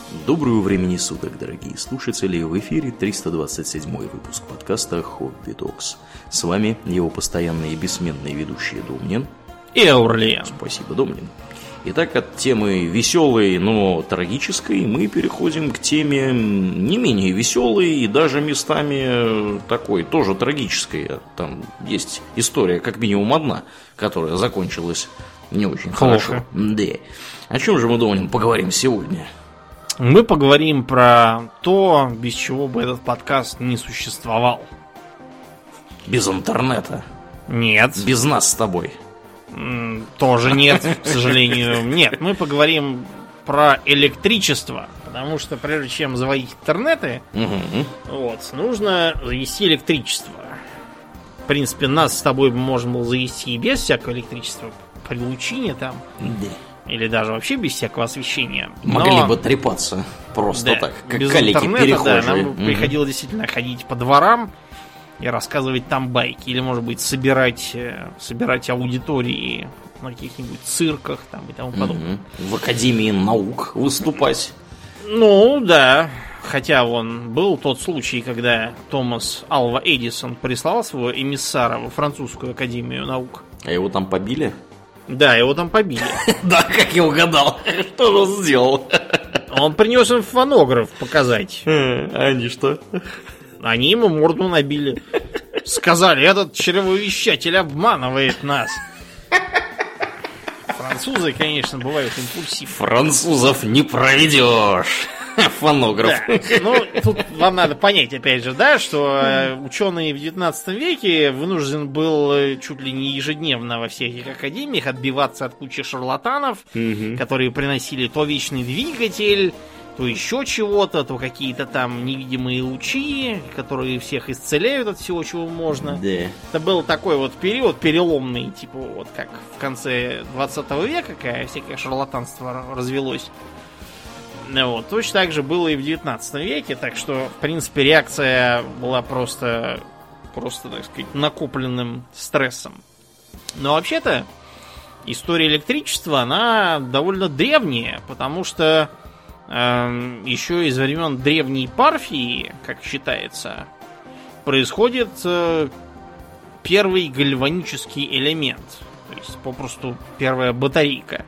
Доброго времени суток, дорогие слушатели! В эфире 327-й выпуск подкаста Хобби Токс. С вами его постоянные и бессменные ведущие Домнин и Аурлиен. Спасибо, Домнин. Итак, от темы веселой, но трагической мы переходим к теме не менее веселой и даже местами такой, тоже трагической. Там есть история, как минимум одна, которая закончилась не очень хорошо. Да. О чем же мы, Домнин, поговорим сегодня? Мы поговорим про то, без чего бы этот подкаст не существовал. Без интернета? Нет. Без нас с тобой? Тоже нет, к сожалению. Нет, мы поговорим про электричество. Потому что прежде чем заводить интернеты, нужно завести электричество. В принципе, нас с тобой можно было завести и без всякого электричества. При лучине там. Да. Или даже вообще без всякого освещения. Могли бы трепаться просто так, как без калики-перехожие. Да, нам приходилось действительно ходить по дворам и рассказывать там байки. Или, может быть, собирать аудитории на каких-нибудь цирках там, и тому подобное. В Академии наук выступать. Ну, да. Хотя был тот случай, когда Томас Алва Эдисон прислал своего эмиссара во французскую академию наук. А его там побили? Да, его там побили. Да, как я угадал. Что же он сделал? Он принес им фонограф показать. А они что? Они ему морду набили. Сказали, этот чревовещатель обманывает нас. Французы, конечно, бывают импульсивны. Французов не проведешь. Фонограф. Да. Ну, тут вам надо понять, опять же, да, что ученый в 19 веке вынужден был чуть ли не ежедневно во всех этих академиях отбиваться от кучи шарлатанов, которые приносили то вечный двигатель, то еще чего-то, то какие-то там невидимые лучи, которые всех исцеляют от всего, чего можно. Да. Это был такой вот период переломный, типа вот как в конце 20 века, когда всякое шарлатанство развелось. Вот. Точно так же было и в 19 веке, так что, в принципе, реакция была просто, так сказать, накопленным стрессом. Но вообще-то история электричества, она довольно древняя, потому что еще из времен древней Парфии, как считается, происходит первый гальванический элемент, то есть попросту первая батарейка.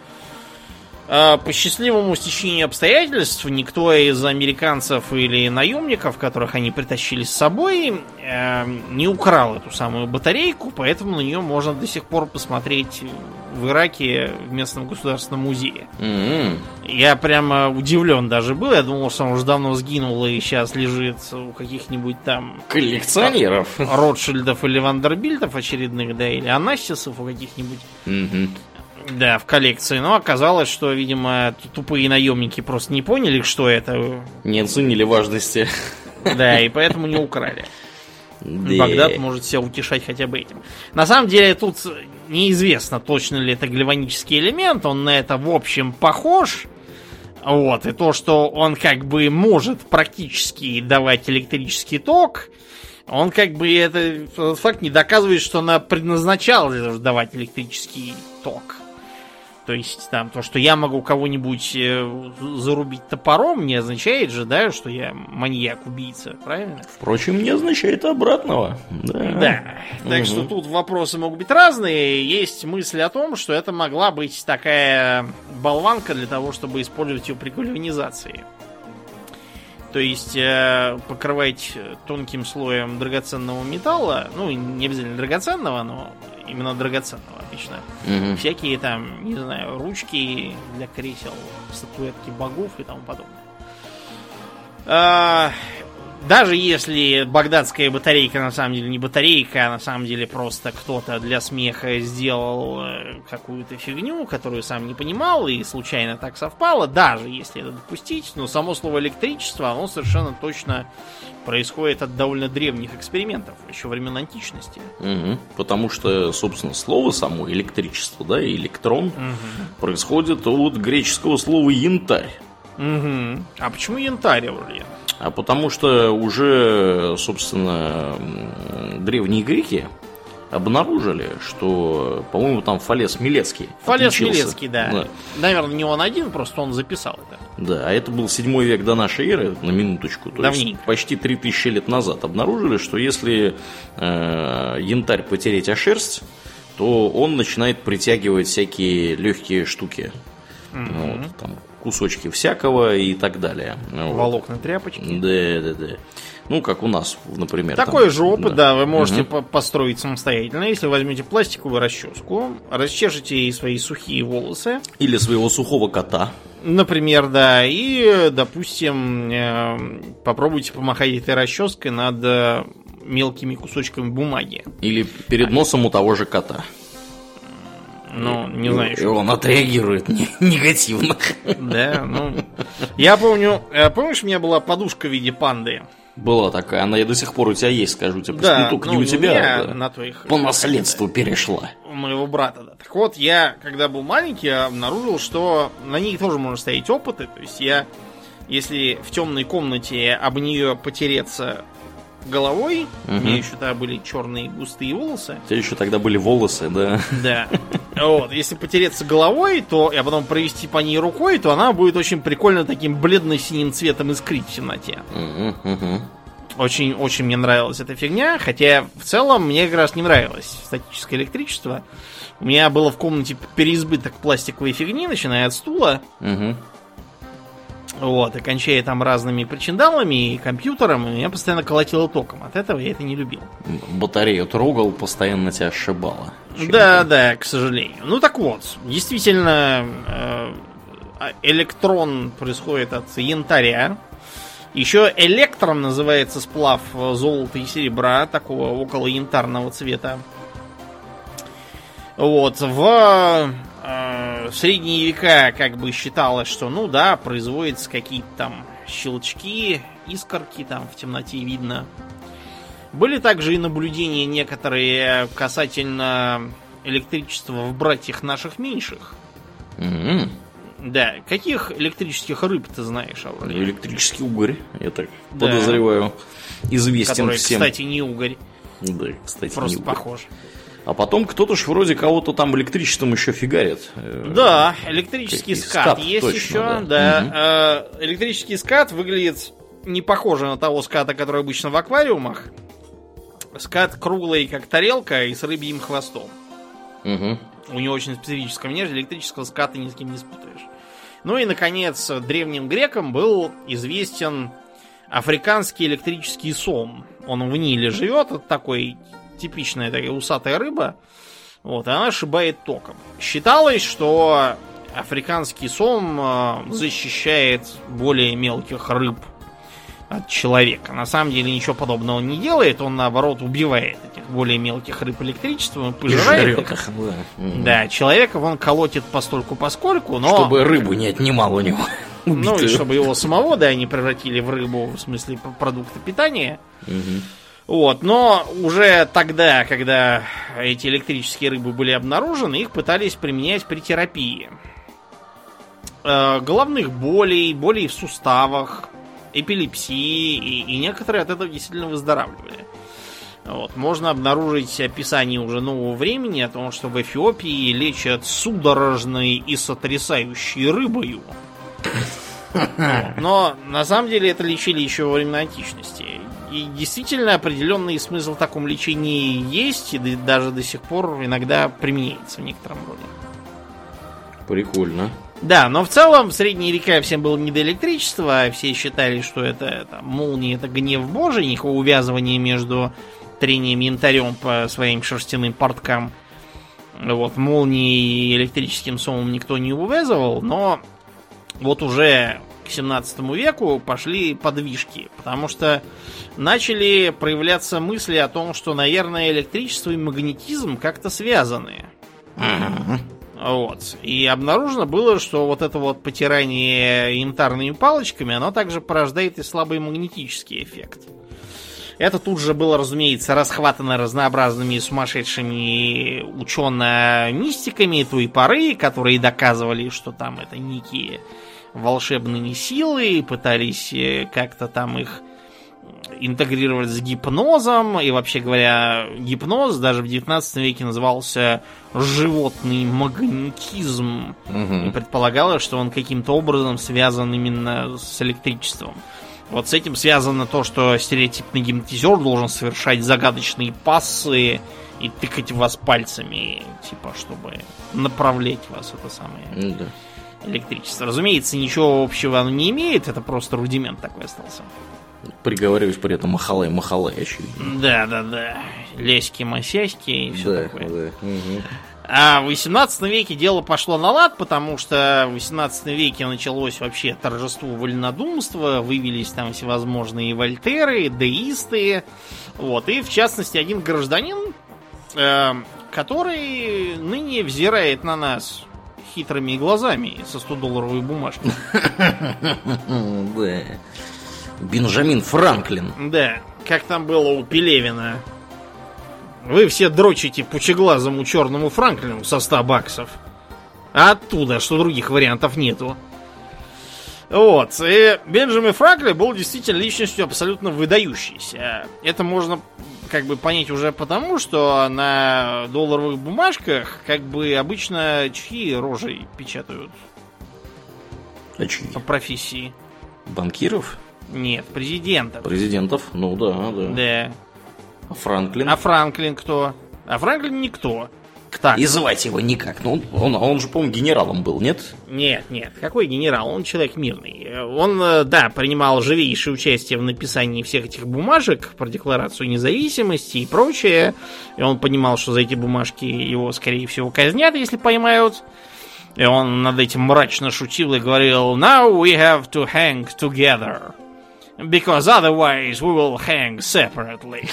По счастливому стечению обстоятельств никто из американцев или наемников, которых они притащили с собой, не украл эту самую батарейку, поэтому на нее можно до сих пор посмотреть в Ираке в местном государственном музее. Я прямо удивлен даже был. Я думал, что он уже давно сгинул и сейчас лежит у каких-нибудь там коллекционеров Ротшильдов или Вандербильтов очередных, да, или Анассисов у каких-нибудь. Да, в коллекции. Но оказалось, что, видимо, тупые наемники просто не поняли, что это. Не оценили важности. Да, и поэтому не украли. Да. Багдад может себя утешать хотя бы этим. На самом деле, тут неизвестно, точно ли это гальванический элемент. Он на это, в общем, похож. Вот. И то, что он как бы может практически давать электрический ток, он как бы этот факт не доказывает, что она предназначалась для того, чтобы давать электрический ток. То есть, там, то, что я могу кого-нибудь зарубить топором, не означает же, да, что я маньяк-убийца, правильно? Впрочем, не означает обратного. Да. Так что тут вопросы могут быть разные. Есть мысль о том, что это могла быть такая болванка для того, чтобы использовать ее при гальванизации. То есть покрывать тонким слоем драгоценного металла, ну, не обязательно драгоценного, но именно драгоценного обычно. Всякие там, не знаю, ручки для кресел, статуэтки богов и тому подобное. Даже если багдадская батарейка на самом деле не батарейка, а на самом деле просто кто-то для смеха сделал какую-то фигню, которую сам не понимал, и случайно так совпало, даже если это допустить, но само слово электричество, оно совершенно точно происходит от довольно древних экспериментов, еще времен античности. Потому что, собственно, слово само электричество, да, электрон, происходит от греческого слова янтарь. А почему янтарь, Аурлиен? А потому что уже, собственно, древние греки обнаружили, что, по-моему, там Фалес Милецкий Милецкий, да. Наверное, не он один, просто он записал это. Да, а это был 7 век до нашей эры, на минуточку. То есть почти 3000 лет назад обнаружили, что если янтарь потереть о шерсть, то он начинает притягивать всякие легкие штуки. Вот, там, кусочки всякого и так далее. Волокна тряпочки. Да. Ну, как у нас, например. Такой там, же опыт, да, вы можете построить самостоятельно. Если возьмете пластиковую расческу, расчешете свои сухие волосы. Или своего сухого кота. Например, да. И, допустим, попробуйте помахать этой расческой над мелкими кусочками бумаги. Или перед носом у того же кота. Ну, не знаю. И он отреагирует негативно. Да, ну. Я помню, помнишь, у меня была подушка в виде панды? Была такая, она и до сих пор у тебя есть, скажу тебе. Да, не только не у тебя, да, на твоих, по наследству перешла. У моего брата, да. Так вот, я, когда был маленький, я обнаружил, что на них тоже можно ставить опыты. То есть я, если в темной комнате об нее потереться головой, у меня еще тогда были черные густые волосы. У тебя еще тогда были волосы, да? Да. Вот, если потереться головой, то, а потом провести по ней рукой, то она будет очень прикольно таким бледно-синим цветом искрить в темноте. Очень мне нравилась эта фигня, хотя в целом мне как раз не нравилось статическое электричество. У меня было в комнате переизбыток пластиковой фигни, начиная от стула. Вот, и кончая там разными причиндалами и компьютером, и меня постоянно колотило током. От этого я это не любил. Батарею трогал, постоянно тебя сшибало. Да, к сожалению. Ну так вот, действительно, электрон происходит от янтаря. Еще электром называется сплав золота и серебра, такого около янтарного цвета. Вот, в средние века как бы считалось, что, ну да, производятся какие-то там щелчки, искорки там в темноте видно. Были также и наблюдения некоторые касательно электричества в братьях наших меньших. Да, каких электрических рыб ты знаешь, Аврелий? Электрический угорь, я так подозреваю, известен который, всем. Кстати, не угорь. Да, кстати, просто не угорь. Похож. А потом кто-то ж вроде кого-то там электричеством еще фигарит. Да, электрический скат есть точно, еще. Да. Электрический скат выглядит не похоже на того ската, который обычно в аквариумах. Скат круглый, как тарелка, и с рыбьим хвостом. У него очень специфическая внешность, электрического ската ни с кем не спутаешь. Ну и, наконец, древним грекам был известен африканский электрический сом. Он в Ниле живет, это такой типичная такая усатая рыба. Вот, и она шибает током. Считалось, что африканский сом защищает более мелких рыб от человека. На самом деле ничего подобного он не делает, он наоборот убивает этих более мелких рыб электричеством и пожирает их. Да, человеков он колотит постольку-поскольку, но... Чтобы рыбу не отнимал у него. Ну и чтобы его самого, да, не превратили в рыбу, в смысле продукта питания. Вот, но уже тогда, когда эти электрические рыбы были обнаружены, их пытались применять при терапии. Головных болей, болей в суставах, эпилепсии, и некоторые от этого действительно выздоравливали. Вот. Можно обнаружить описание уже нового времени о том, что в Эфиопии лечат судорожной и сотрясающей рыбою. Но на самом деле это лечили еще во времена античности. И действительно определенный смысл в таком лечении есть, и даже до сих пор иногда применяется в некотором роде. Прикольно. Да, но в целом в средние века всем было не до электричества, все считали, что это молния, это гнев Божий, никакого увязывания между трением янтарем по своим шерстяным порткам. Вот, молнией и электрическим сомом никто не увязывал, но вот уже к 17 веку пошли подвижки, потому что начали проявляться мысли о том, что, наверное, электричество и магнетизм как-то связаны. Вот. И обнаружено было, что вот это вот потирание янтарными палочками, оно также порождает и слабый магнетический эффект. Это тут же было, разумеется, расхватано разнообразными сумасшедшими учено-мистиками той поры, которые доказывали, что там это некие волшебные силы, пытались как-то там их интегрировать с гипнозом. И, вообще говоря, гипноз даже в 19 веке назывался животный магнетизм. И предполагалось, что он каким-то образом связан именно с электричеством. Вот с этим связано то, что стереотипный гипнотизер должен совершать загадочные пассы и тыкать в вас пальцами, типа, чтобы направлять вас, это самое электричество. Разумеется, ничего общего оно не имеет, это просто рудимент такой остался. Приговариваешь при этом махалай, очевидно. Да. Ляськи-масяськи и все такое. Да. Угу. А в 18 веке дело пошло на лад, потому что в 18 веке началось вообще торжество вольнодумства, вывелись там всевозможные вольтеры, деисты. Вот. И в частности один гражданин, который ныне взирает на нас хитрыми глазами со 100-долларовой бумажки. Да. Бенджамин Франклин. Да, как там было у Пелевина. Вы все дрочите пучеглазому черному Франклину со 100 баксов. А оттуда, что других вариантов нету. Вот. И Бенджамин Франклин был действительно личностью абсолютно выдающейся. Это можно как бы понять уже потому, что на долларовых бумажках как бы обычно чьи рожи печатают? А чьи? По профессии. Банкиров? Нет, президентов. Президентов? Ну да. Да. А Франклин? А Франклин кто? А Франклин никто. Так. И звать его никак. Ну, он же, по-моему, генералом был, нет? Нет. Какой генерал? Он человек мирный. Он, да, принимал живейшее участие в написании всех этих бумажек про Декларацию независимости и прочее. И он понимал, что за эти бумажки его, скорее всего, казнят, если поймают. И он над этим мрачно шутил и говорил: "Now we have to hang together. Because otherwise we will hang separately."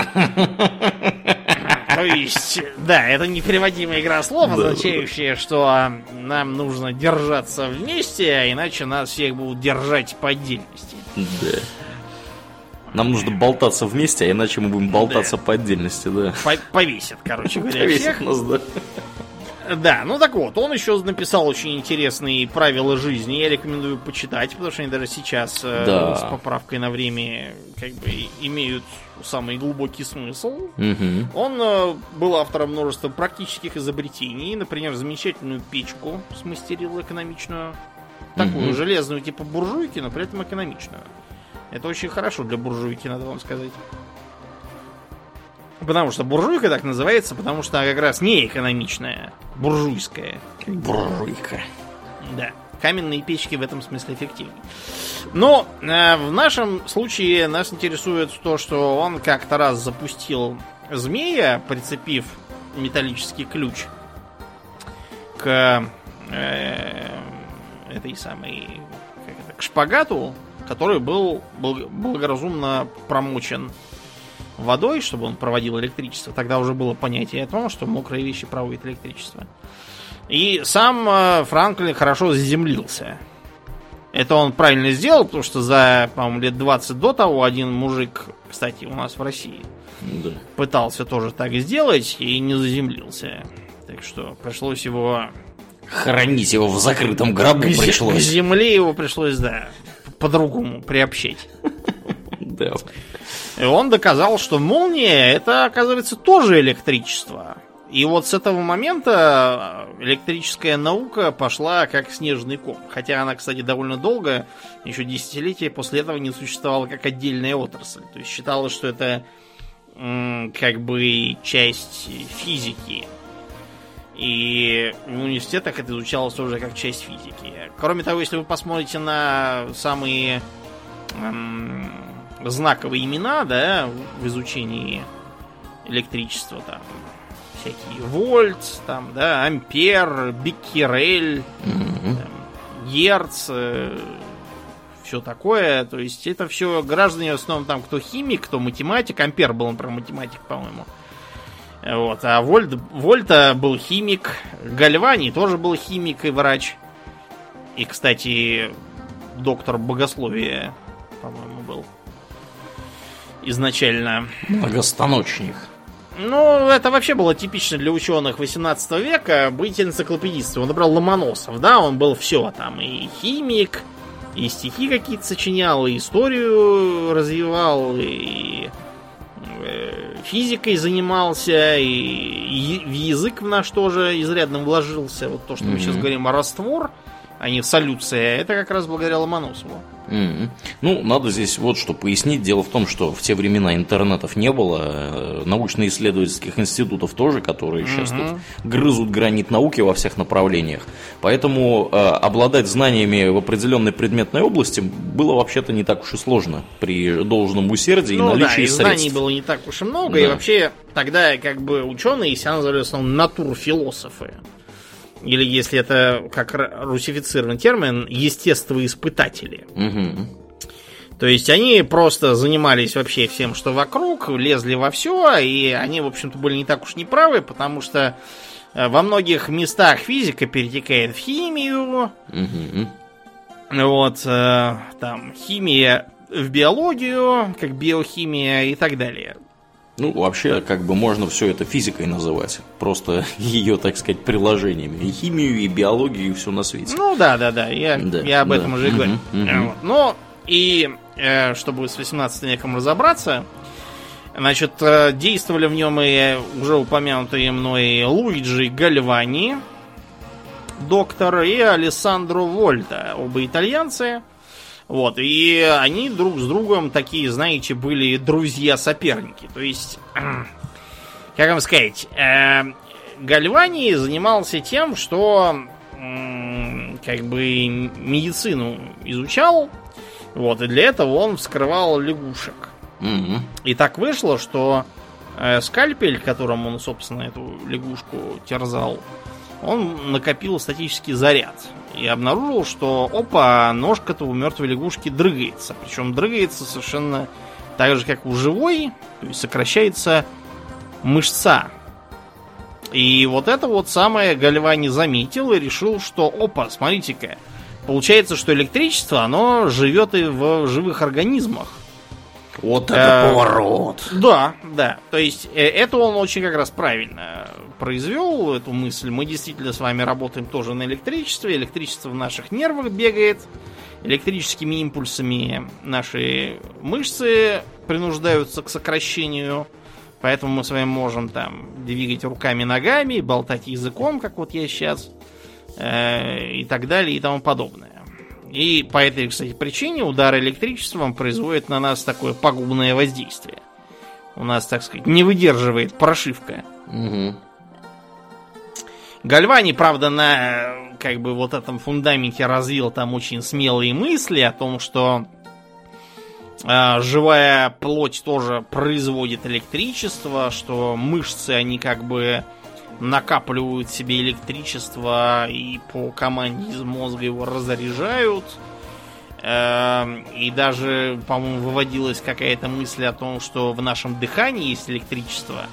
То есть, да, это непереводимая игра слов, означающая, что нам нужно держаться вместе, а иначе нас всех будут держать по отдельности. Да. Нам нужно болтаться вместе, а иначе мы будем болтаться по отдельности, да. Повесят, короче говоря, повесят всех. Нас, да. Да, ну так вот, он еще написал очень интересные правила жизни. Я рекомендую почитать, потому что они даже сейчас с поправкой на время как бы имеют самый глубокий смысл. Угу. Он был автором множества практических изобретений. Например, замечательную печку смастерил экономичную. Такую железную типа буржуйки, но при этом экономичную. Это очень хорошо для буржуйки, надо вам сказать. Потому что буржуйка так называется, потому что она как раз не экономичная, буржуйская. Буржуйка. Да. Каменные печки в этом смысле эффективнее. Но в нашем случае нас интересует то, что он как-то раз запустил змея, прицепив металлический ключ к этой самой, к шпагату, который был благоразумно промочен водой, чтобы он проводил электричество. Тогда уже было понятие о том, что мокрые вещи проводят электричество. И сам Франклин хорошо заземлился. Это он правильно сделал, потому что за, по-моему, лет 20 до того один мужик, кстати, у нас в России, пытался тоже так сделать и не заземлился. Так что пришлось его... Хоронить его в закрытом гробу пришлось. К земле его пришлось, да, по-другому приобщить. Да. И он доказал, что молния — это, оказывается, тоже электричество. И вот с этого момента электрическая наука пошла как снежный ком. Хотя она, кстати, довольно долго, еще десятилетия после этого не существовала как отдельная отрасль. То есть считалось, что это как бы часть физики. И в университетах это изучалось тоже как часть физики. Кроме того, если вы посмотрите на самые знаковые имена, да, в изучении электричества, там всякие вольт, там, да, ампер, беккерель, там, герц, все такое. То есть это все граждане, в основном там кто химик, кто математик. Ампер был, например, математик, по-моему. Вот, а Вольта был химик, Гальвани тоже был химик и врач. И, кстати, доктор богословия, по-моему, был изначально. Многостаночник. Ну, это вообще было типично для ученых 18 века быть энциклопедистом. Он набрал Ломоносов, да, он был все там, и химик, и стихи какие-то сочинял, и историю развивал, и физикой занимался, и в язык в наш тоже изрядно вложился. Вот то, что мы сейчас говорим о раствор, а не солюция, это как раз благодаря Ломоносову. Ну, надо здесь вот что пояснить. Дело в том, что в те времена интернетов не было, научно-исследовательских институтов тоже, которые сейчас тут грызут гранит науки во всех направлениях. Поэтому обладать знаниями в определенной предметной области было вообще-то не так уж и сложно при должном усердии и наличии и средств. знаний было не так уж и много, и вообще тогда как бы ученые себя называли в основном натурфилософы. Или, если это как русифицированный термин, естествоиспытатели. То есть они просто занимались вообще всем, что вокруг, лезли во все, и они, в общем-то, были не так уж неправы, потому что во многих местах физика перетекает в химию. Вот, там, химия в биологию, как биохимия и так далее. Ну, вообще, как бы можно все это физикой называть. Просто ее, так сказать, приложениями. И химию, и биологию, и все на свете. Ну, да. Я об этом уже и говорю. Вот. Ну, и чтобы с 18 веком разобраться, значит, действовали в нем и уже упомянутые мной Луиджи Гальвани, доктор, и Алессандро Вольта, оба итальянцы. Вот, и они друг с другом такие, знаете, были друзья-соперники. То есть, как вам сказать, Гальвани занимался тем, что как бы медицину изучал. Вот, и для этого он вскрывал лягушек. И так вышло, что скальпель, которым он, собственно, эту лягушку терзал, он накопил статический заряд. И обнаружил, что, ножка-то у мертвой лягушки дрыгается. Причем дрыгается совершенно так же, как у живой. То есть сокращается мышца. И вот это вот самое Гальвани заметил и решил, что, смотрите-ка, получается, что электричество, оно живет и в живых организмах. Вот это поворот! Да. То есть, это он очень как раз правильно произвел, эту мысль. Мы действительно с вами работаем тоже на электричестве. Электричество в наших нервах бегает. Электрическими импульсами наши мышцы принуждаются к сокращению. Поэтому мы с вами можем там двигать руками, ногами, болтать языком, как вот я сейчас, и так далее, и тому подобное. И по этой, кстати, причине удар электричеством производит на нас такое пагубное воздействие. У нас, так сказать, не выдерживает прошивка. Гальвани, правда, на как бы вот этом фундаменте развил там очень смелые мысли о том, что живая плоть тоже производит электричество, что мышцы, они как бы накапливают в себе электричество и по команде из мозга его разряжают. И даже, по-моему, выводилась какая-то мысль о том, что в нашем дыхании есть электричество.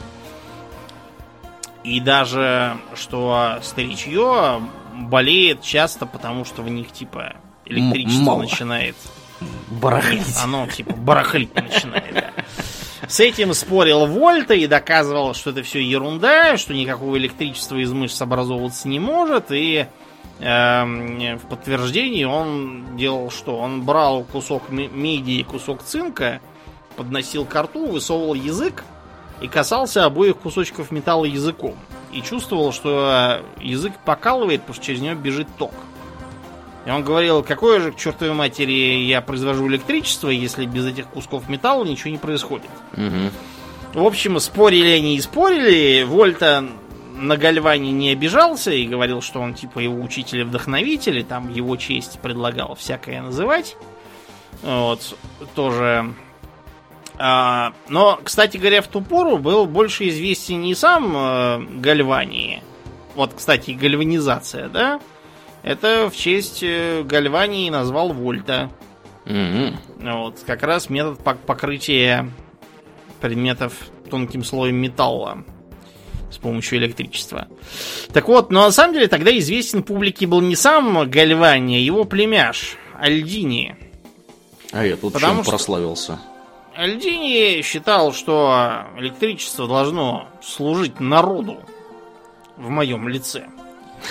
И даже, что старичье болеет часто, потому что в них, типа, электричество начинает барахлить. Нет, оно, типа, барахлить начинает, да. С этим спорил Вольта и доказывал, что это все ерунда, что никакого электричества из мышц образовываться не может. И в подтверждении он делал что? Он брал кусок меди и кусок цинка, подносил ко рту, высовывал язык и касался обоих кусочков металла языком. И чувствовал, что язык покалывает, потому что через него бежит ток. И он говорил, какое же к чертовой матери я произвожу электричество, если без этих кусков металла ничего не происходит. В общем, спорили они и спорили. Вольта на Гальвани не обижался и говорил, что он типа его учитель и вдохновитель, и там его честь предлагал всякое называть. Вот, тоже. Но, кстати говоря, в ту пору был больше известен не сам Гальвани. Вот, кстати, гальванизация, да? Это в честь Гальвани назвал Вольта. Вот, как раз метод покрытия предметов тонким слоем металла с помощью электричества. Так вот, но на самом деле тогда известен публике был не сам Гальвани, а его племяш Альдини. А я тут чем прославился? Альдини считал, что электричество должно служить народу в моем лице.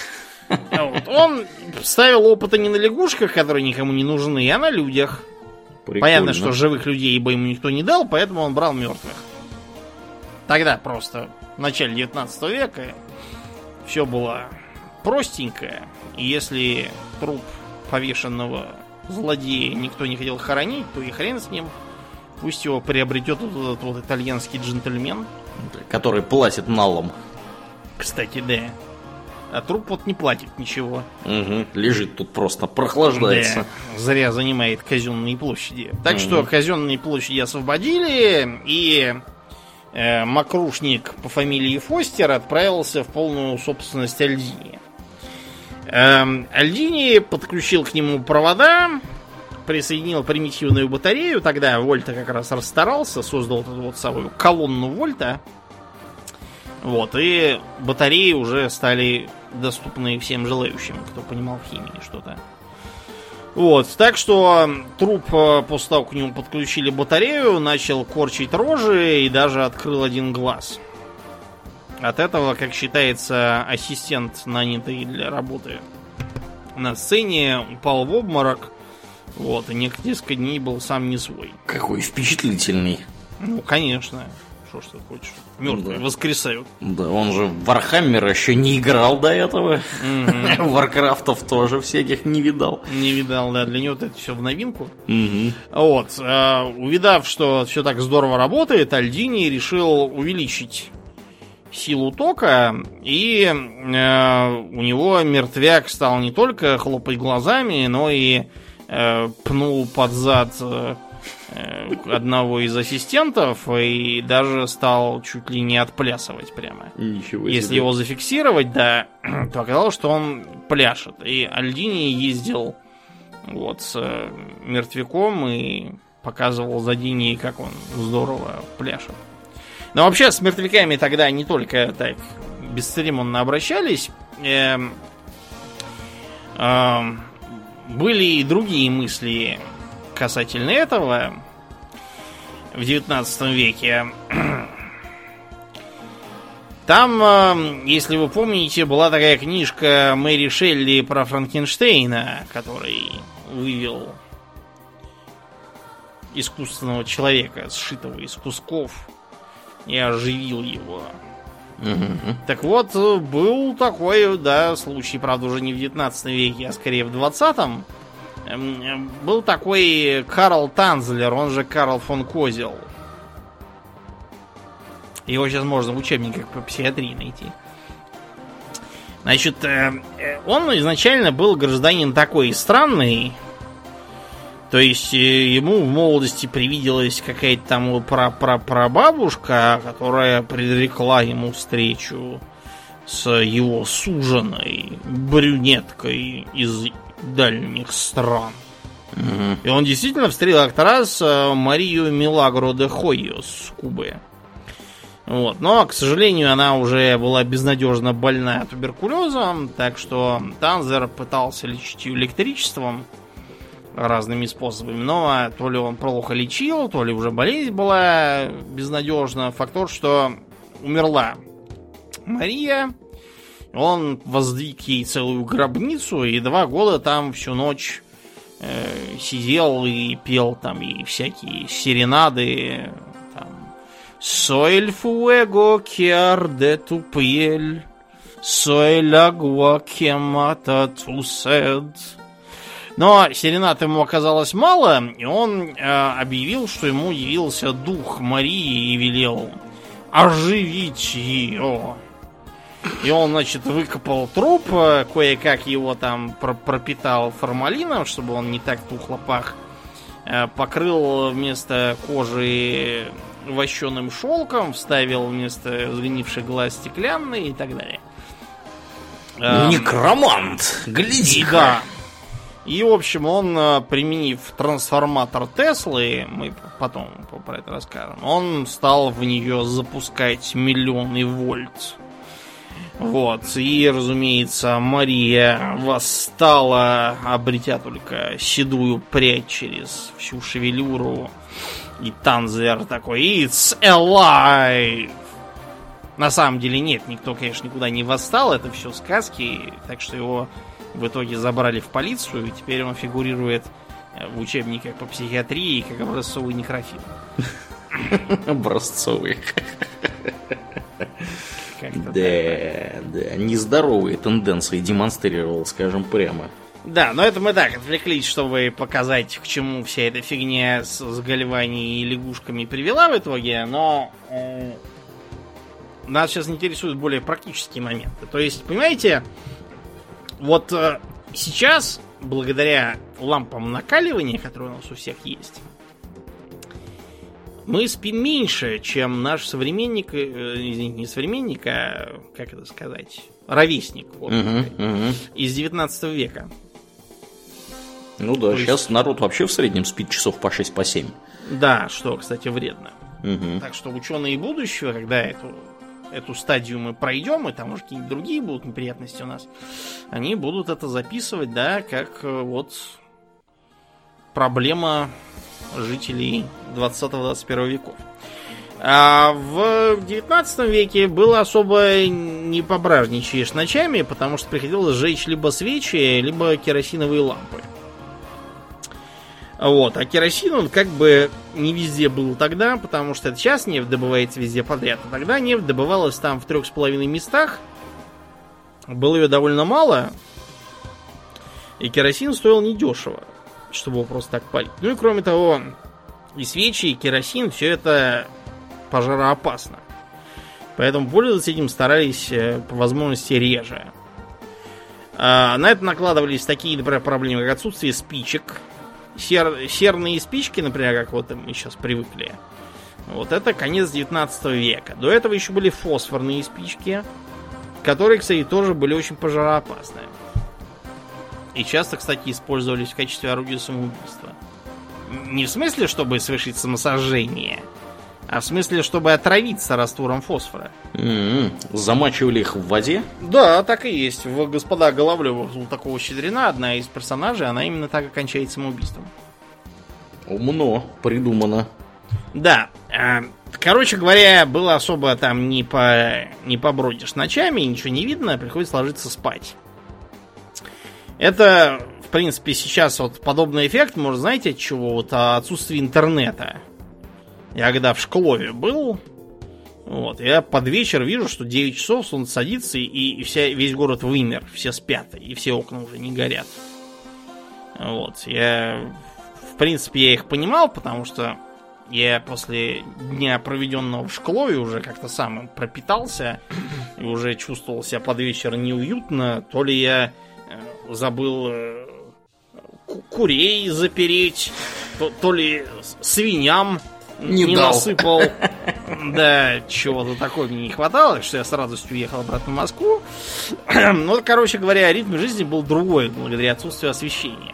Вот. Он ставил опыты не на лягушках, которые никому не нужны, а на людях. Прикольно. Понятно, что живых людей бы ему никто не дал, поэтому он брал мертвых. Тогда просто в начале 19 века все было простенькое. И если труп повешенного злодея никто не хотел хоронить, то и хрен с ним. Пусть его приобретет этот вот итальянский джентльмен. Который платит налом. Кстати, да. А труп вот не платит ничего. Угу. Лежит тут просто, прохлаждается. Да, зря занимает казенные площади. Так что казенные площади освободили, и мокрушник по фамилии Фостер отправился в полную собственность Альдини. Альдини подключил к нему провода, присоединил примитивную батарею. Тогда Вольта как раз расстарался, создал эту вот самую колонну Вольта. Вот, и батареи уже стали доступны всем желающим, кто понимал в химии что-то. Вот, так что труп, после того, как к нему подключили батарею, начал корчить рожи и даже открыл один глаз. От этого, как считается, ассистент, нанятый для работы на сцене, упал в обморок. Вот, и несколько дней был сам не свой. Какой впечатлительный. Ну, конечно. Что ж ты хочешь? Мертвые воскресают. Да, он же в Вархаммера еще не играл до этого. Варкрафтов тоже всяких не видал. Не видал, да. Для него это все в новинку. Вот. Увидав, что все так здорово работает, Альдини решил увеличить силу тока, и у него мертвяк стал не только хлопать глазами, но и пнул под зад одного из ассистентов и даже стал чуть ли не отплясывать прямо. Ничего себе. Если его зафиксировать, да, то оказалось, что он пляшет. И Альдини ездил вот с мертвяком и показывал за Дини, как он здорово пляшет. Но вообще с мертвяками тогда не только так бесцеремонно обращались. Были и другие мысли касательно этого в 19 веке. Там, если вы помните, была такая книжка Мэри Шелли про Франкенштейна, который вывел искусственного человека, сшитого из кусков, и оживил его. Так вот, был такой, да, случай, правда, уже не в 19 веке, а скорее в 20-м. Был такой Карл Танзлер, он же Карл фон Козел. Его сейчас можно в учебниках по психиатрии найти. Значит, он изначально был гражданин такой странный. То есть ему в молодости привиделась какая-то там прабабушка, которая предрекла ему встречу с его суженой брюнеткой из дальних стран. И он действительно встретил как-то раз Марию Милагро де Хойо с Кубы. Вот. Но, к сожалению, она уже была безнадежно больна туберкулезом, так что Танзер пытался лечить ее электричеством разными способами, но то ли он плохо лечил, то ли уже болезнь была безнадежна. Факт тот, что умерла Мария. Он воздвиг ей целую гробницу и 2 года там всю ночь сидел и пел там и всякие серенады. Там «Soy el fuego que arde tu piel, soy el agua que mata tu sed». Но серенад ему оказалось мало, и он объявил, что ему явился дух Марии и велел оживить ее. И он, значит, выкопал труп, кое-как его там пропитал формалином, чтобы он не так тухло пах, покрыл вместо кожи вощеным шелком, вставил вместо сгнивших глаз стеклянные и так далее. Некромант! Гляди-ка! Да. И, в общем, он, применив трансформатор Теслы, мы потом про это расскажем, он стал в нее запускать миллионы вольт. Вот, и, разумеется, Мария восстала, обретя только седую прядь через всю шевелюру. И Танзер такой: «It's alive!» На самом деле нет, никто, конечно, никуда не восстал, это все сказки, так что его в итоге забрали в полицию, и теперь он фигурирует в учебниках по психиатрии как образцовый некрофил. Образцовый. Да, нездоровые тенденции демонстрировал, скажем прямо. Да, но это мы так отвлеклись, чтобы показать, к чему вся эта фигня с Гальвани и лягушками привела в итоге, но нас сейчас интересуют более практические моменты. То есть, понимаете, вот сейчас, благодаря лампам накаливания, которые у нас у всех есть, мы спим меньше, чем наш современник, извините, не современник, а, как это сказать, ровесник вот, из 19 века. Ну да, сейчас народ вообще в среднем спит часов по 6, по 7. Да, что, кстати, вредно. Так что ученые будущего, когда эту стадию мы пройдем, и там уже какие-нибудь другие будут неприятности у нас, они будут это записывать, да, как вот проблема жителей 20-21 веков. А в 19 веке было особо не пображничаешь ночами, потому что приходилось сжечь либо свечи, либо керосиновые лампы. Вот. А керосин, он как бы не везде был тогда, потому что сейчас нефть добывается везде подряд. А тогда нефть добывалась там в 3,5 местах. Было ее довольно мало. И керосин стоил недешево, чтобы его просто так палить. Ну и кроме того, и свечи, и керосин, все это пожароопасно. Поэтому пользоваться этим старались по возможности реже. На это накладывались такие, например, проблемы, как отсутствие спичек. Серные спички, например, как вот мы сейчас привыкли. Вот это конец 19 века. До этого еще были фосфорные спички, которые, кстати, тоже были очень пожароопасны. И часто, кстати, использовались в качестве орудия самоубийства. Не в смысле, чтобы совершить самосожжение, а в смысле, чтобы отравиться раствором фосфора. Замачивали их в воде? Да, так и есть. В «Господа Головлёвых» у такого Щедрина одна из персонажей, она именно так и кончает самоубийством. Умно придумано. Да. Короче говоря, было особо там не побродишь ночами, ничего не видно, приходится ложиться спать. Это, в принципе, сейчас вот подобный эффект, может, знаете, от чего? Вот отсутствие интернета. Я когда в Шклове был, вот, я под вечер вижу, что 9 часов солнце садится, и весь город вымер, все спят, и все окна уже не горят. Вот, в принципе, я их понимал, потому что я после дня, проведенного в Шклове, уже как-то сам пропитался, и уже чувствовал себя под вечер неуютно, то ли я забыл курей запереть, то ли свиньям не насыпал. Да, чего-то такого мне не хватало, что я с радостью уехал обратно в Москву. Ну, короче говоря, ритм жизни был другой, благодаря отсутствию освещения.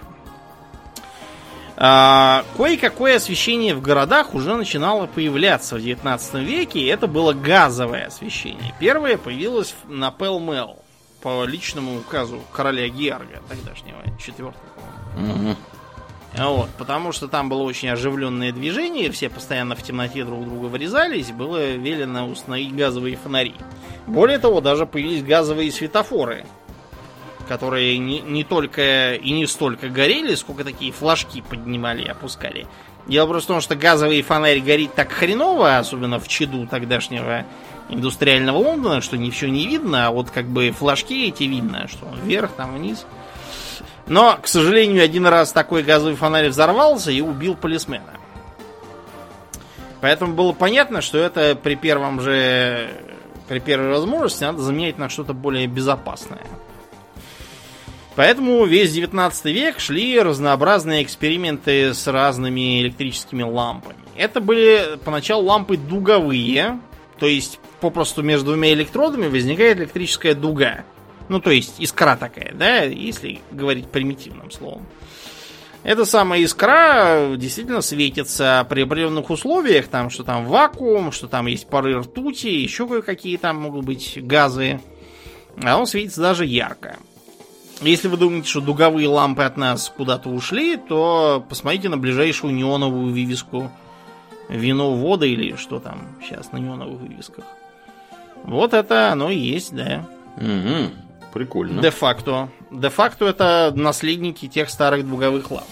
Кое-какое освещение в городах уже начинало появляться в 19 веке, и это было газовое освещение. Первое появилось на Пэл-Мэл по личному указу короля Георга, тогдашнего, 4-го, по-моему. Вот, потому что там было очень оживленное движение, все постоянно в темноте друг друга вырезались, было велено установить газовые фонари. Более того, даже появились газовые светофоры, которые не только и не столько горели, сколько такие флажки поднимали и опускали. Дело просто в том, что газовый фонарь горит так хреново, особенно в чаду тогдашнего индустриального Лондона, что ничего не видно, а вот как бы флажки эти видно, что он вверх, там вниз. Но, к сожалению, один раз такой газовый фонарь взорвался и убил полисмена. Поэтому было понятно, что это при первой возможности надо заменять на что-то более безопасное. Поэтому весь 19 век шли разнообразные эксперименты с разными электрическими лампами. Это были поначалу лампы дуговые, то есть попросту между двумя электродами возникает электрическая дуга. Ну, то есть искра такая, да, если говорить примитивным словом. Эта самая искра действительно светится при определенных условиях, там, что там вакуум, что там есть пары ртути, еще кое-какие там могут быть газы. А он светится даже ярко. Если вы думаете, что дуговые лампы от нас куда-то ушли, то посмотрите на ближайшую неоновую вывеску. Вино, вода или что там сейчас на неоновых вывесках. Вот это оно и есть, да. Угу. Прикольно. Де-факто. Де-факто это наследники тех старых дуговых ламп.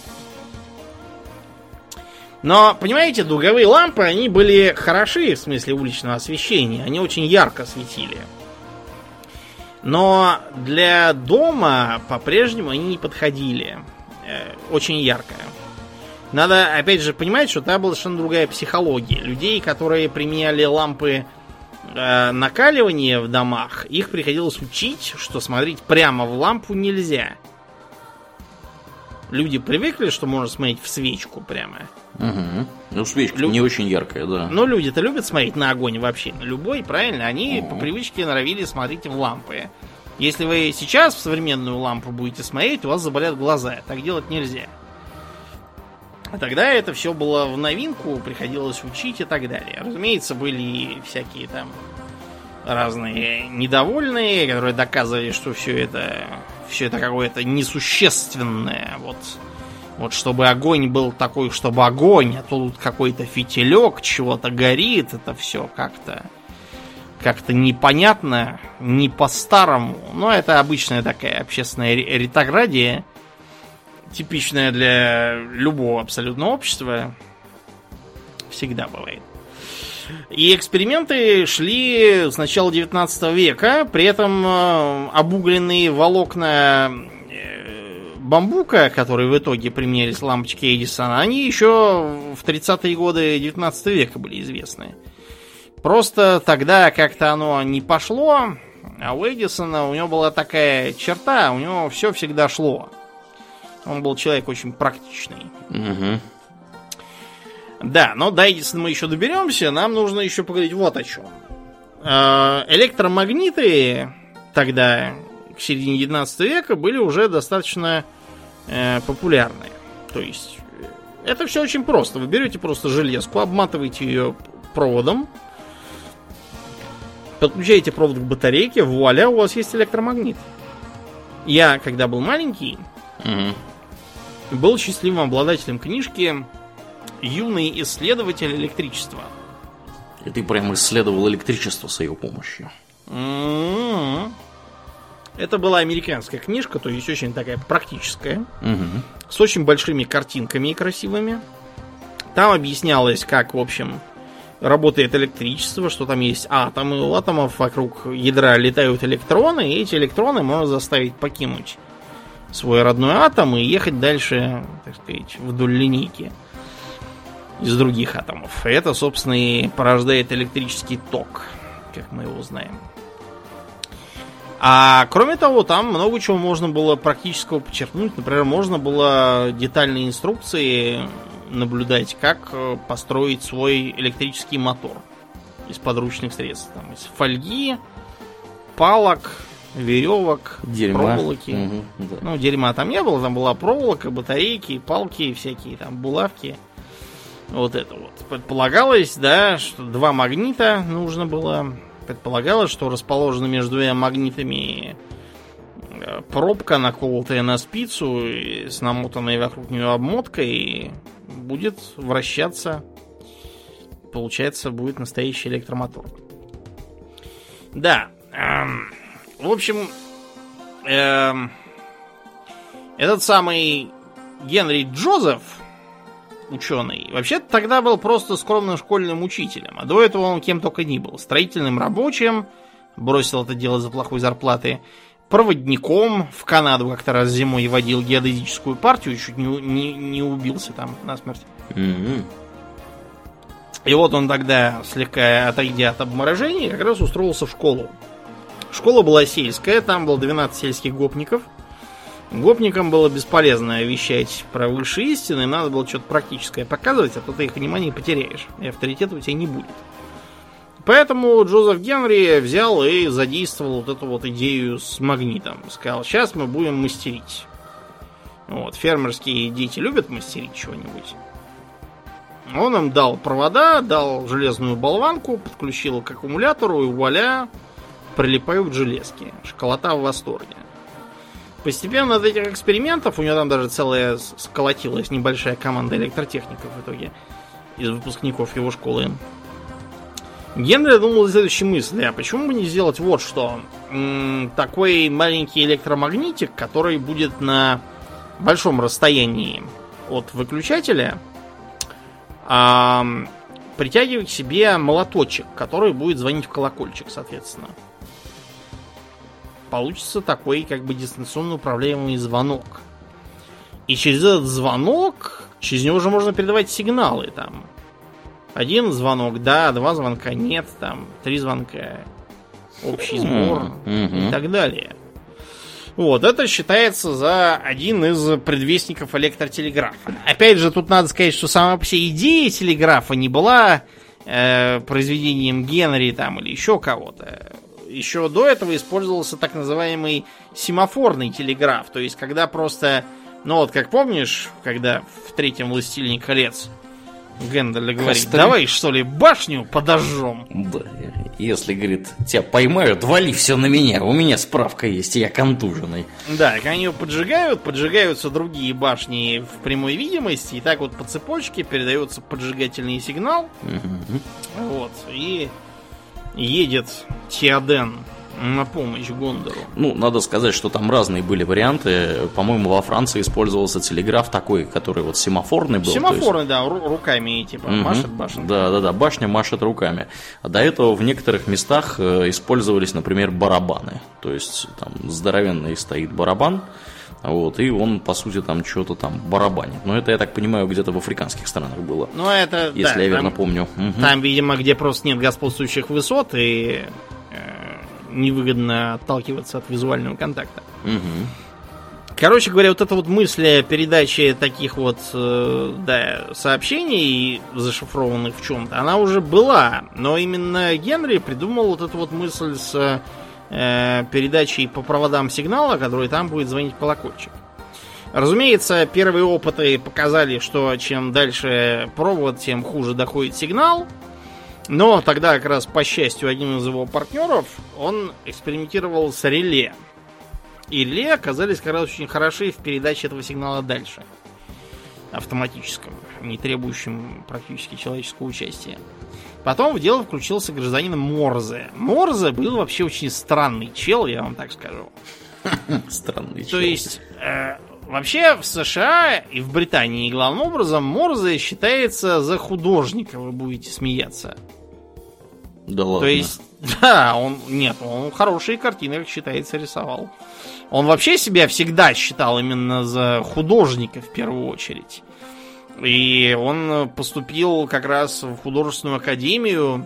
Но, понимаете, дуговые лампы, они были хороши в смысле уличного освещения. Они очень ярко светили. Но для дома по-прежнему они не подходили. Очень ярко. Надо, опять же, понимать, что там была совершенно другая психология. Людей, которые применяли лампы накаливания в домах, их приходилось учить, что смотреть прямо в лампу нельзя. Люди привыкли, что можно смотреть в свечку прямо. Угу. Ну, свечка не очень яркая, да. Но люди-то любят смотреть на огонь вообще, на любой, правильно? Они по привычке норовили смотреть в лампы. Если вы сейчас в современную лампу будете смотреть, у вас заболят глаза. Так делать нельзя. А тогда это все было в новинку, приходилось учить и так далее. Разумеется, были всякие там разные недовольные, которые доказывали, что все это какое-то несущественное. Вот чтобы огонь был такой, чтобы огонь, а то тут какой-то фитилек, чего-то горит, это все как-то непонятно, не по-старому. Но это обычная такая общественная ретроградия, типичная для любого абсолютно общества. Всегда бывает. И эксперименты шли с начала 19 века, при этом обугленные волокна бамбука, которые в итоге применялись в лампочке Эдисона, они еще в 30-е годы 19 века были известны. Просто тогда как-то оно не пошло, а у Эдисона у него была такая черта, у него все всегда шло. Он был человек очень практичный. Угу. Да, но до Эдисона мы еще доберемся. Нам нужно еще поговорить вот о чем. Электромагниты тогда, к середине 19 века, были уже достаточно популярны. То есть, это все очень просто. Вы берете просто железку, обматываете ее проводом, подключаете провод к батарейке, вуаля, у вас есть электромагнит. Я, когда был маленький, был счастливым обладателем книжки «Юный исследователь электричества». И ты прям исследовал электричество с ее помощью. Это была американская книжка, то есть очень такая практическая, с очень большими картинками и красивыми. Там объяснялось, как, в общем, работает электричество, что там есть атомы, у атомов вокруг ядра летают электроны, и эти электроны можно заставить покинуть свой родной атом и ехать дальше, так сказать, вдоль линейки из других атомов. И это, собственно, и порождает электрический ток, как мы его знаем. А кроме того, там много чего можно было практического подчеркнуть. Например, можно было детальные инструкции наблюдать, как построить свой электрический мотор из подручных средств. Там, из фольги, палок, веревок, проволоки. Да. Ну, дерьма там не было, там была проволока, батарейки, палки, всякие там булавки. Вот это вот. Предполагалось, да, что два магнита нужно было. Предполагалось, что расположена между двумя магнитами пробка, наколотая на спицу, и с намотанной вокруг нее обмоткой, и будет вращаться. Получается, будет настоящий электромотор. Да. В общем, этот самый Генри Джозеф, ученый, вообще-то тогда был просто скромным школьным учителем, а до этого он кем только ни был. Строительным рабочим, бросил это дело за плохой зарплаты, проводником, в Канаду как-то раз зимой водил геодезическую партию, чуть не убился там насмерть. И вот он тогда, слегка отойдя от обморожения, как раз устроился в школу. Школа была сельская, там было 12 сельских гопников. Гопникам было бесполезно вещать про высшие истины, им надо было что-то практическое показывать, а то ты их внимание потеряешь, и авторитета у тебя не будет. Поэтому Джозеф Генри взял и задействовал вот эту вот идею с магнитом. Сказал, сейчас мы будем мастерить. Вот, фермерские дети любят мастерить чего-нибудь. Он им дал провода, дал железную болванку, подключил к аккумулятору, и вуаля, прилипают к железке. Школота в восторге. Постепенно от этих экспериментов, у него там даже целая сколотилась небольшая команда электротехников в итоге, из выпускников его школы. Генри думал следующей мысли: а почему бы не сделать вот что? Такой маленький электромагнитик, который будет на большом расстоянии от выключателя, притягивать к себе молоточек, который будет звонить в колокольчик, соответственно. Получится такой как бы дистанционно управляемый звонок. И через этот звонок, через него уже можно передавать сигналы там. 1 звонок, да, 2 звонка, нет, там, 3 звонка, общий сбор и так далее. Вот, это считается за один из предвестников электротелеграфа. Опять же, тут надо сказать, что сама по себе идея телеграфа не была произведением Генри там или еще кого-то. Еще до этого использовался так называемый семафорный телеграф. То есть, когда просто, ну вот, как помнишь, когда в 3-м «Властелине колец» Гэндальф говорит: давай, что ли, башню подожжем. Да, если, говорит, тебя поймают, вали все на меня. У меня справка есть, я контуженный. Да, когда они ее поджигаются другие башни в прямой видимости, и так вот по цепочке передается поджигательный сигнал. Вот, и едет Теоден на помощь Гондору. Ну, надо сказать, что там разные были варианты. По-моему, во Франции использовался телеграф такой, который вот семафорный был. Семафорный, есть... да, руками типа машет башня. Да, башня машет руками. А до этого в некоторых местах использовались, например, барабаны. То есть там здоровенный стоит барабан, вот, и он, по сути, там что-то там барабанит. Но это, я так понимаю, где-то в африканских странах было. Ну, это, если я верно помню. Там, видимо, где просто нет господствующих высот, и невыгодно отталкиваться от визуального контакта. Короче говоря, вот эта вот мысль передачи таких вот сообщений, зашифрованных в чем-то, она уже была. Но именно Генри придумал вот эту вот мысль с передачей по проводам сигнала, который там будет звонить колокольчик. Разумеется, первые опыты показали, что чем дальше провод, тем хуже доходит сигнал. Но тогда как раз, по счастью, один из его партнеров, он экспериментировал с реле. И реле оказались как раз очень хороши в передаче этого сигнала дальше. Автоматическом, не требующем практически человеческого участия. Потом в дело включился гражданин Морзе. Морзе был вообще очень странный чел, я вам так скажу. Странный чел. То есть... Вообще в США и в Британии главным образом Морзе считается за художника, вы будете смеяться. Да ладно. То есть, да, он хорошие картины, как считается, рисовал. Он вообще себя всегда считал именно за художника в первую очередь. И он поступил как раз в художественную академию,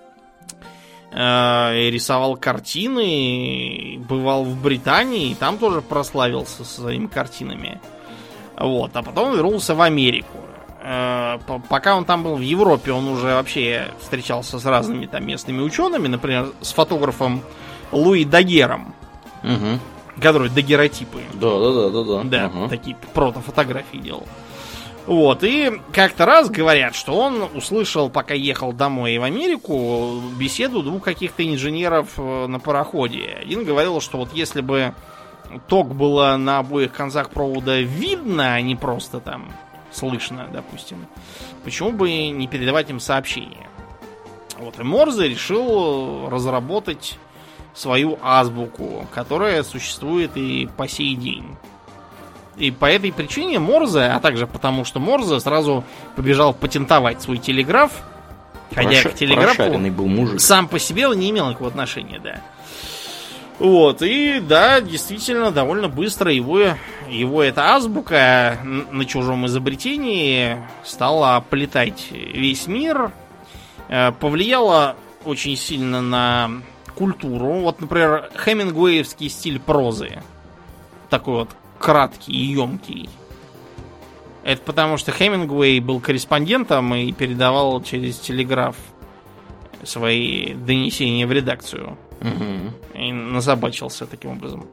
рисовал картины, бывал в Британии, и там тоже прославился своими картинами. Вот, а потом вернулся в Америку. Пока он там был в Европе, он уже вообще встречался с разными там местными учеными, например, с фотографом Луи Дагером, который дагеротипы. Да, такие протофотографии делал. Вот, и как-то раз говорят, что он услышал, пока ехал домой в Америку, беседу двух каких-то инженеров на пароходе. Один говорил, что вот если бы ток было на обоих концах провода видно, а не просто там слышно, допустим, почему бы не передавать им сообщения? Вот, и Морзе решил разработать свою азбуку, которая существует и по сей день. И по этой причине Морзе, а также потому, что Морзе сразу побежал патентовать свой телеграф, хотя к телеграфу был мужик. Сам по себе он не имел никакого отношения, да. Вот, и да, действительно, довольно быстро его эта азбука на чужом изобретении стала оплетать весь мир, повлияла очень сильно на культуру. Вот, например, хемингуэевский стиль прозы. Такой вот краткий и емкий. Это потому, что Хемингуэй был корреспондентом и передавал через телеграф свои донесения в редакцию. И назабачился таким образом.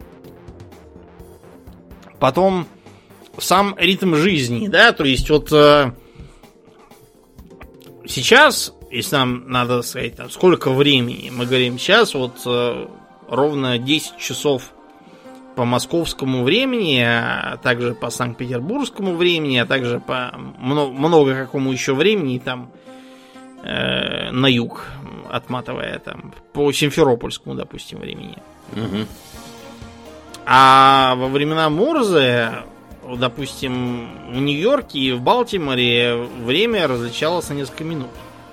Потом сам ритм жизни, да, то есть вот сейчас, если нам надо сказать, там, сколько времени, мы говорим сейчас, вот ровно 10 часов по московскому времени, а также по санкт-петербургскому времени, а также по много какому еще времени, там на юг, отматывая там по Симферопольскому, допустим, времени. Угу. А во времена Мурзы, допустим, в Нью-Йорке и в Балтиморе время различалось на несколько минут.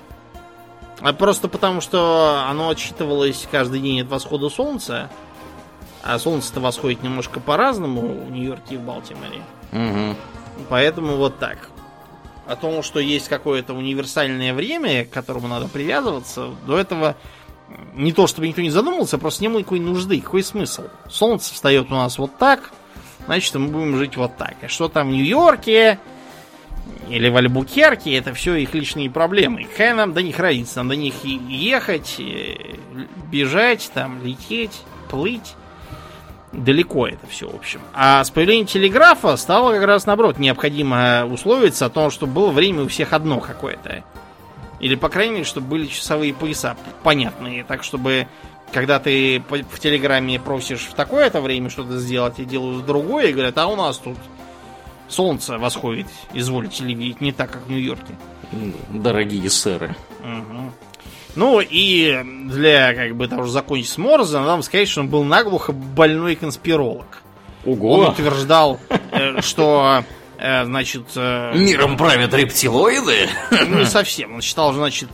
А просто потому, что оно отсчитывалось каждый день от восхода солнца, а солнце-то восходит немножко по-разному в Нью-Йорке и в Балтиморе. Угу. Поэтому вот так. О том, что есть какое-то универсальное время, к которому надо привязываться, до этого не то, чтобы никто не задумывался, просто не было никакой нужды, какой смысл. Солнце встает у нас вот так, значит, мы будем жить вот так. А что там в Нью-Йорке или в Альбукерке, это все их личные проблемы. Какая нам до них разница? Нам до них ехать, бежать, там, лететь, плыть. Далеко это все, в общем. А с появлением телеграфа стало как раз наоборот необходимо условиться о том, чтобы было время у всех одно какое-то. Или, по крайней мере, чтобы были часовые пояса понятные. Так, чтобы, когда ты в телеграмме просишь в такое-то время что-то сделать, и делают другое, и говорят, а у нас тут солнце восходит, извольте ли видеть, не так, как в Нью-Йорке. Дорогие сэры. Угу. Ну и для, как бы, того же закончить с Морзе, надо сказать, что он был наглухо больной конспиролог. Ого! Он утверждал, что, значит... Миром правят рептилоиды? Не совсем. Он считал, что, значит,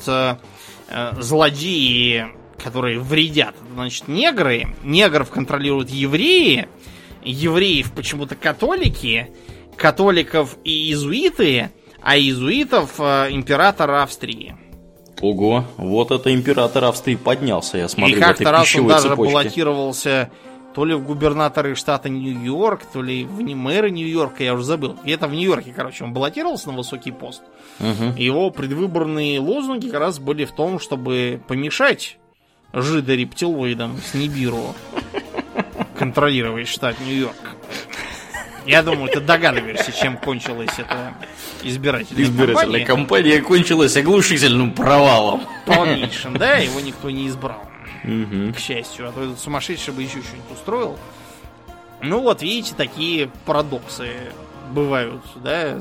злодеи, которые вредят, значит, негры. Негров контролируют евреи. Евреев почему-то католики. Католиков и иезуиты. А иезуитов император Австрии. Ого, вот это император Австрии поднялся, я смотрю, и как-то раз он даже цепочке. баллотировался то ли в губернаторы штата Нью-Йорк, то ли в мэры Нью-Йорка, я уже забыл. Где-то в Нью-Йорке, короче, он баллотировался на высокий пост. Угу. Его предвыборные лозунги как раз были в том, чтобы помешать жидо-рептилоидам с Нибиру контролировать штат Нью-Йорк. Я думаю, ты догадываешься, чем кончилась эта избирательная кампания. Кампания кончилась оглушительным провалом. Полнейшим, да, его никто не избрал. Угу. К счастью, а то этот сумасшедший бы еще что-нибудь устроил. Ну вот, видите, такие парадоксы бывают, да,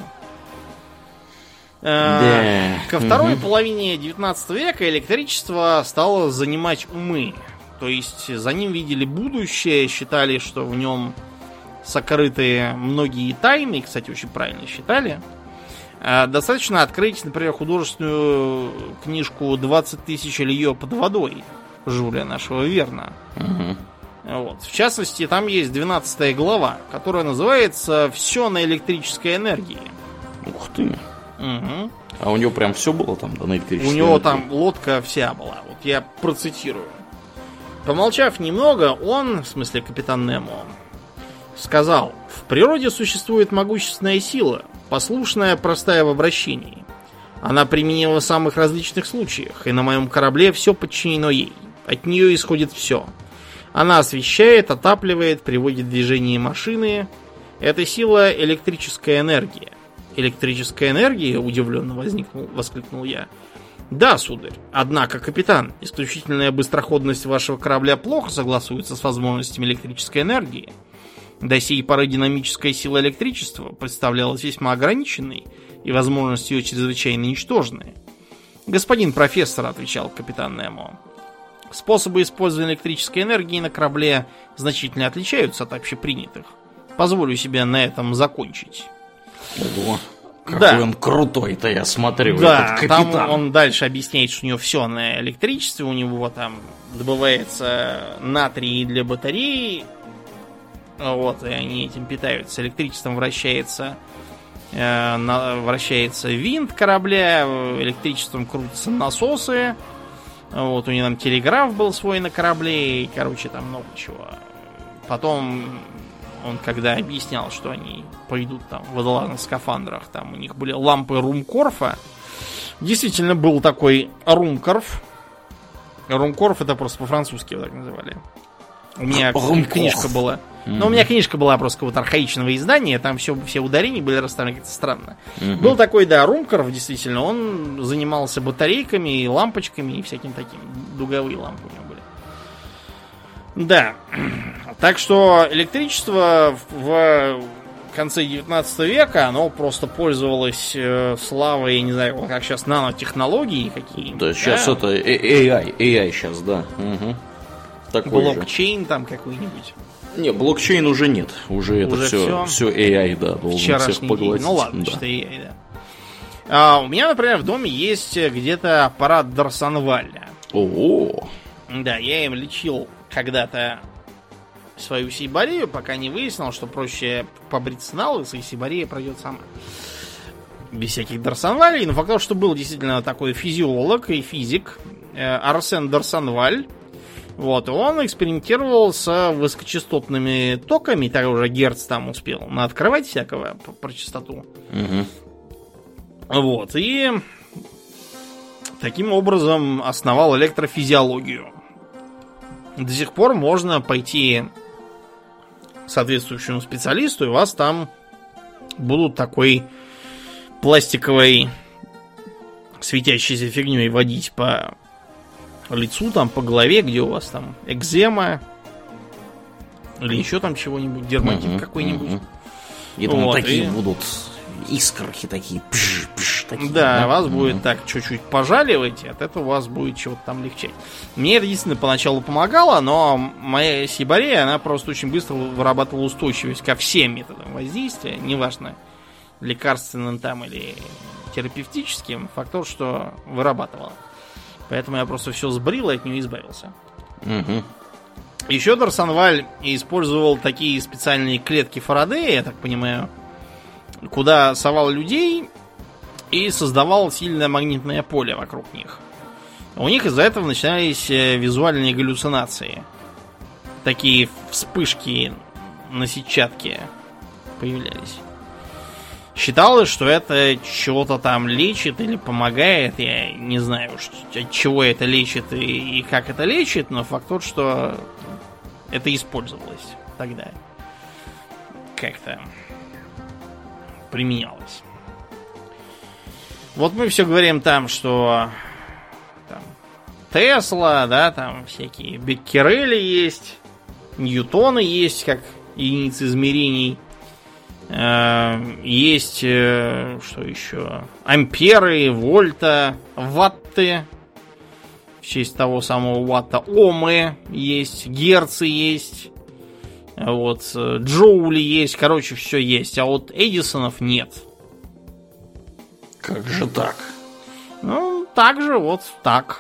ко второй половине 19 века электричество стало занимать умы. То есть за ним видели будущее, считали, что в нем сокрыты многие тайны, кстати, очень правильно считали. Достаточно открыть, например, художественную книжку «20 тысяч лье под водой» Жюля нашего Верна. Угу. Вот. В частности, там есть 12 глава, которая называется «Все на электрической энергии». Ух ты. Угу. А у него прям все было там, да, на электрической У него энергии? там лодка вся была. Вот я процитирую. Помолчав немного, он, в смысле капитан Немо, сказал: «В природе существует могущественная сила, послушная, простая в обращении. Она применима в самых различных случаях, и на моем корабле все подчинено ей. От нее исходит все. Она освещает, отапливает, приводит в движение машины. Эта сила — электрическая энергия». «Электрическая энергия?» — удивленно воскликнул я. «Да, сударь. Однако, капитан, исключительная быстроходность вашего корабля плохо согласуется с возможностями электрической энергии. До сей поры динамическая сила электричества представлялась весьма ограниченной, и возможности ее чрезвычайно ничтожные». «Господин профессор», — отвечал капитан Немо, — «способы использования электрической энергии на корабле значительно отличаются от общепринятых. Позволю себе на этом закончить». Ого, какой да. он крутой-то, я смотрю, да, этот капитан. там он дальше объясняет, что у него все на электричестве, у него там добывается натрий для батареи, вот, и они этим питаются. Электричеством вращается винт корабля, электричеством крутятся насосы, вот, у него там телеграф был свой на корабле, и, короче, там много чего. Потом он, когда объяснял, что они пойдут там в водолазных скафандрах, там у них были лампы Румкорфа. Действительно был такой Румкорф. Румкорф — это просто по-французски его так называли. У меня книжка была. Но у меня книжка была просто какого-то архаичного издания, там все ударения были расставлены как-то странно. Был такой, да, Румкорф, действительно, он занимался батарейками и лампочками и всяким таким. Дуговые лампы у него были. Да. Так что электричество в конце 19 века оно просто пользовалось славой, я не знаю, как сейчас, нанотехнологии какие-нибудь. Да, сейчас это AI сейчас, да. Угу. Блокчейн там какой-нибудь. Не, блокчейн уже нет. Уже это все AI, да, должен всех поглотить. Ну ладно, что AI, да. У меня, например, в доме есть где-то аппарат Дарсонваля. О-о-о. Да, я им лечил когда-то свою сибарию, пока не выяснил, что проще побриться на лысо, и сибария пройдет сама. Без всяких Дарсонвалей. Но факт того, что был действительно такой физиолог и физик Арсен Дарсонваль. Вот, он экспериментировал с высокочастотными токами, того же Герц там успел наоткрывать всякого про частоту. Угу. Вот, и таким образом основал электрофизиологию. До сих пор можно пойти к соответствующему специалисту, и вас там будут такой пластиковой светящейся фигней водить по лицу, там, по голове, где у вас там экзема или еще там чего-нибудь, дерматит какой-нибудь. И там вот, такие будут искорки такие. Такие, да, вас будет так чуть-чуть пожаливать, и от этого у вас будет чего-то там легчать. Мне это действительно поначалу помогало, но моя сибария, она просто очень быстро вырабатывала устойчивость ко всем методам воздействия, неважно, лекарственным там или терапевтическим, факт тот, что вырабатывала. Поэтому я просто все сбрил и от нее избавился. Угу. Еще Дарсонваль использовал такие специальные клетки Фарадея, я так понимаю, куда совал людей и создавал сильное магнитное поле вокруг них. У них из-за этого начинались визуальные галлюцинации. Такие вспышки на сетчатке появлялись. Считалось, что это чего-то там лечит или помогает. Я не знаю, от чего это лечит и как это лечит, но факт тот, что это использовалось тогда. Как-то применялось. Вот мы все говорим там, что там, Тесла, да, там всякие Беккерели есть, Ньютоны есть, как единицы измерений. Есть, что еще? Амперы, вольта, ватты. В честь того самого ватта. Омы есть, герцы есть. Вот, джоули есть. Короче, все есть. А вот Эдисонов нет. Как же так? Ну, так же, вот так.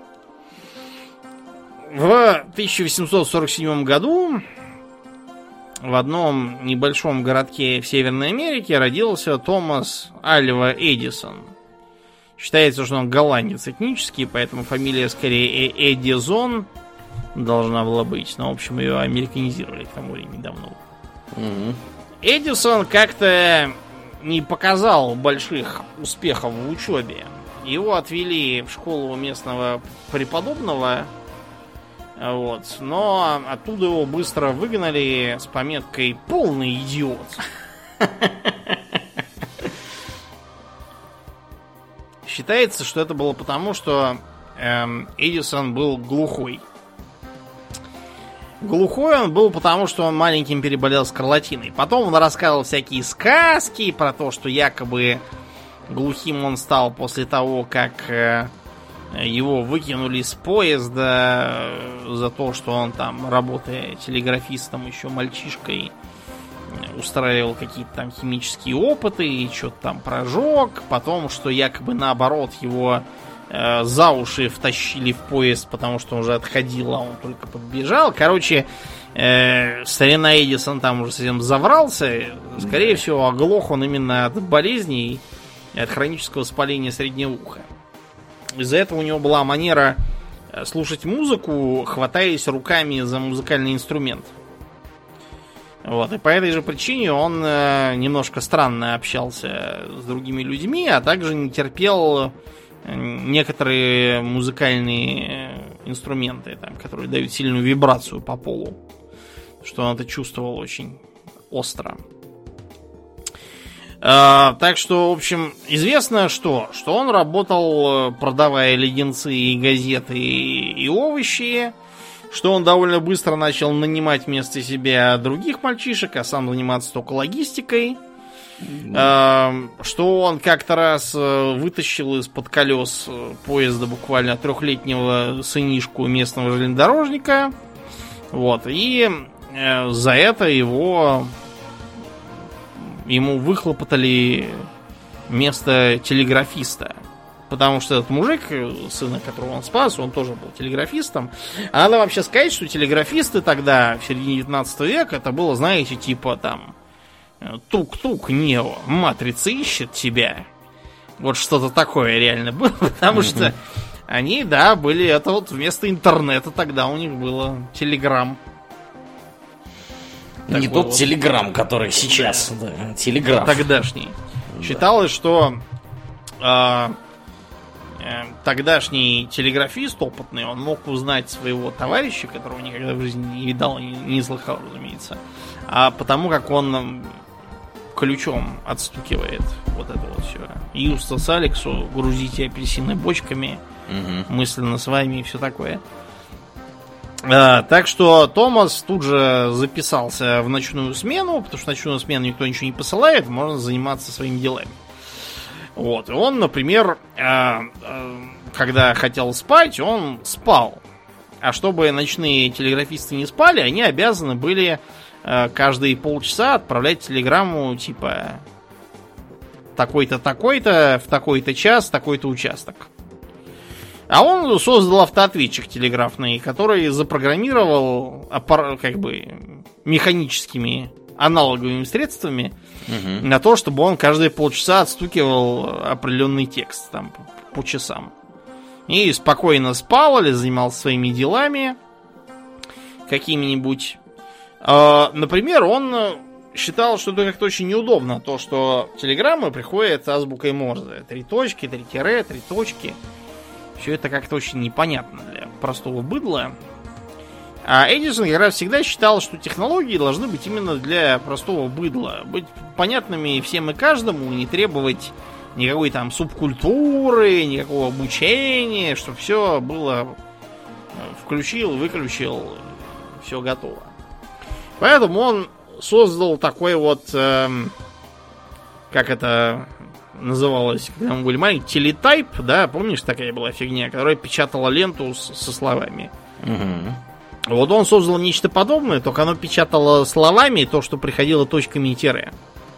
В 1847 году в одном небольшом городке в Северной Америке родился Томас Альва Эдисон. Считается, что он голландец этнический, поэтому фамилия скорее Эдизон должна была быть. Но, в общем, ее американизировали к тому времени давно. Угу. Эдисон как-то не показал больших успехов в учебе. Его отвели в школу местного преподобного. Вот. Но оттуда его быстро выгнали с пометкой «полный идиот». Считается, что это было потому, что Эдисон был глухой. Глухой он был потому, что он маленьким переболел скарлатиной. Потом он рассказывал всякие сказки про то, что якобы глухим он стал после того, как его выкинули с поезда за то, что он там, работая телеграфистом, еще мальчишкой, устраивал какие-то там химические опыты и что-то там прожег. Потом, что якобы наоборот его за уши втащили в поезд, потому что он уже отходил, а он только подбежал. Короче, старина Эдисон там уже совсем заврался. Скорее всего, оглох он именно от болезней и от хронического воспаления среднего уха. Из-за этого у него была манера слушать музыку, хватаясь руками за музыкальный инструмент. Вот, и по этой же причине он немножко странно общался с другими людьми, а также не терпел некоторые музыкальные инструменты, там, которые дают сильную вибрацию по полу. Что он это чувствовал очень остро. Так что, в общем, известно, что он работал, продавая леденцы и газеты и овощи. что он довольно быстро начал нанимать вместо себя других мальчишек, а сам заниматься только логистикой. Что он как-то раз вытащил из-под колес поезда буквально 3-летнего сынишку местного железнодорожника. Вот. И за это ему выхлопотали место телеграфиста. Потому что этот мужик, сына которого он спас, он тоже был телеграфистом. А надо вообще сказать, что телеграфисты тогда, в середине 19 века, это было, знаете, типа там тук-тук, Нео, матрица ищет тебя. Вот что-то такое реально было, потому что они, да, были, это вот вместо интернета тогда у них было телеграм. Не тот вот телеграм, который сейчас, да, телеграф. Тогдашний. Да. Считалось, что тогдашний телеграфист опытный, он мог узнать своего товарища, которого никогда в жизни не видал, не слыхал, разумеется, а потому как он ключом отстукивает вот это вот все. Юстас Алексу, грузите апельсины бочками, мысленно с вами и все такое. Так что Томас тут же записался в ночную смену, потому что в ночную смену никто ничего не посылает, можно заниматься своими делами. Вот. И он, например, когда хотел спать, он спал. А чтобы ночные телеграфисты не спали, они обязаны были каждые полчаса отправлять телеграмму типа такой-то, такой-то, в такой-то час, такой-то участок. А он создал автоответчик телеграфный, который запрограммировал как бы механическими аналоговыми средствами на то, чтобы он каждые полчаса отстукивал определенный текст там по часам. И спокойно спал или занимался своими делами какими-нибудь. Например, он считал, что это как-то очень неудобно, то, что телеграммы приходят азбукой Морзе. 3 точки, 3 тире, 3 точки. Все это как-то очень непонятно для простого быдла. А Эдисон как раз всегда считал, что технологии должны быть именно для простого быдла. Быть понятными всем и каждому, не требовать никакой там субкультуры, никакого обучения, чтобы все было включил, выключил, все готово. Поэтому он создал такой вот, как это называлось, когда мы были маленькие, телетайп, да, помнишь, такая была фигня, которая печатала ленту со словами. Вот он создал нечто подобное, только оно печатало словами то, что приходило точками и тире.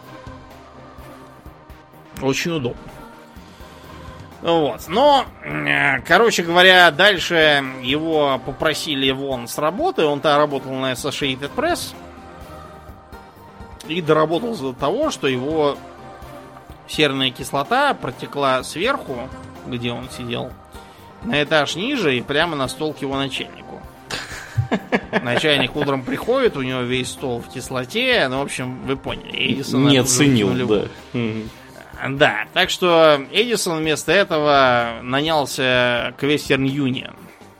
Очень удобно. Вот. Но, короче говоря, дальше его попросили вон с работы. Он-то работал на Associated Press. И доработался до того, что его серная кислота протекла сверху, где он сидел, на этаж ниже и прямо на стол к его начальнику. Начальник утром приходит, у него весь стол в кислоте. Ну, в общем, вы поняли. Эдисон не оценил, да. Да, так что Эдисон вместо этого нанялся к Western Union.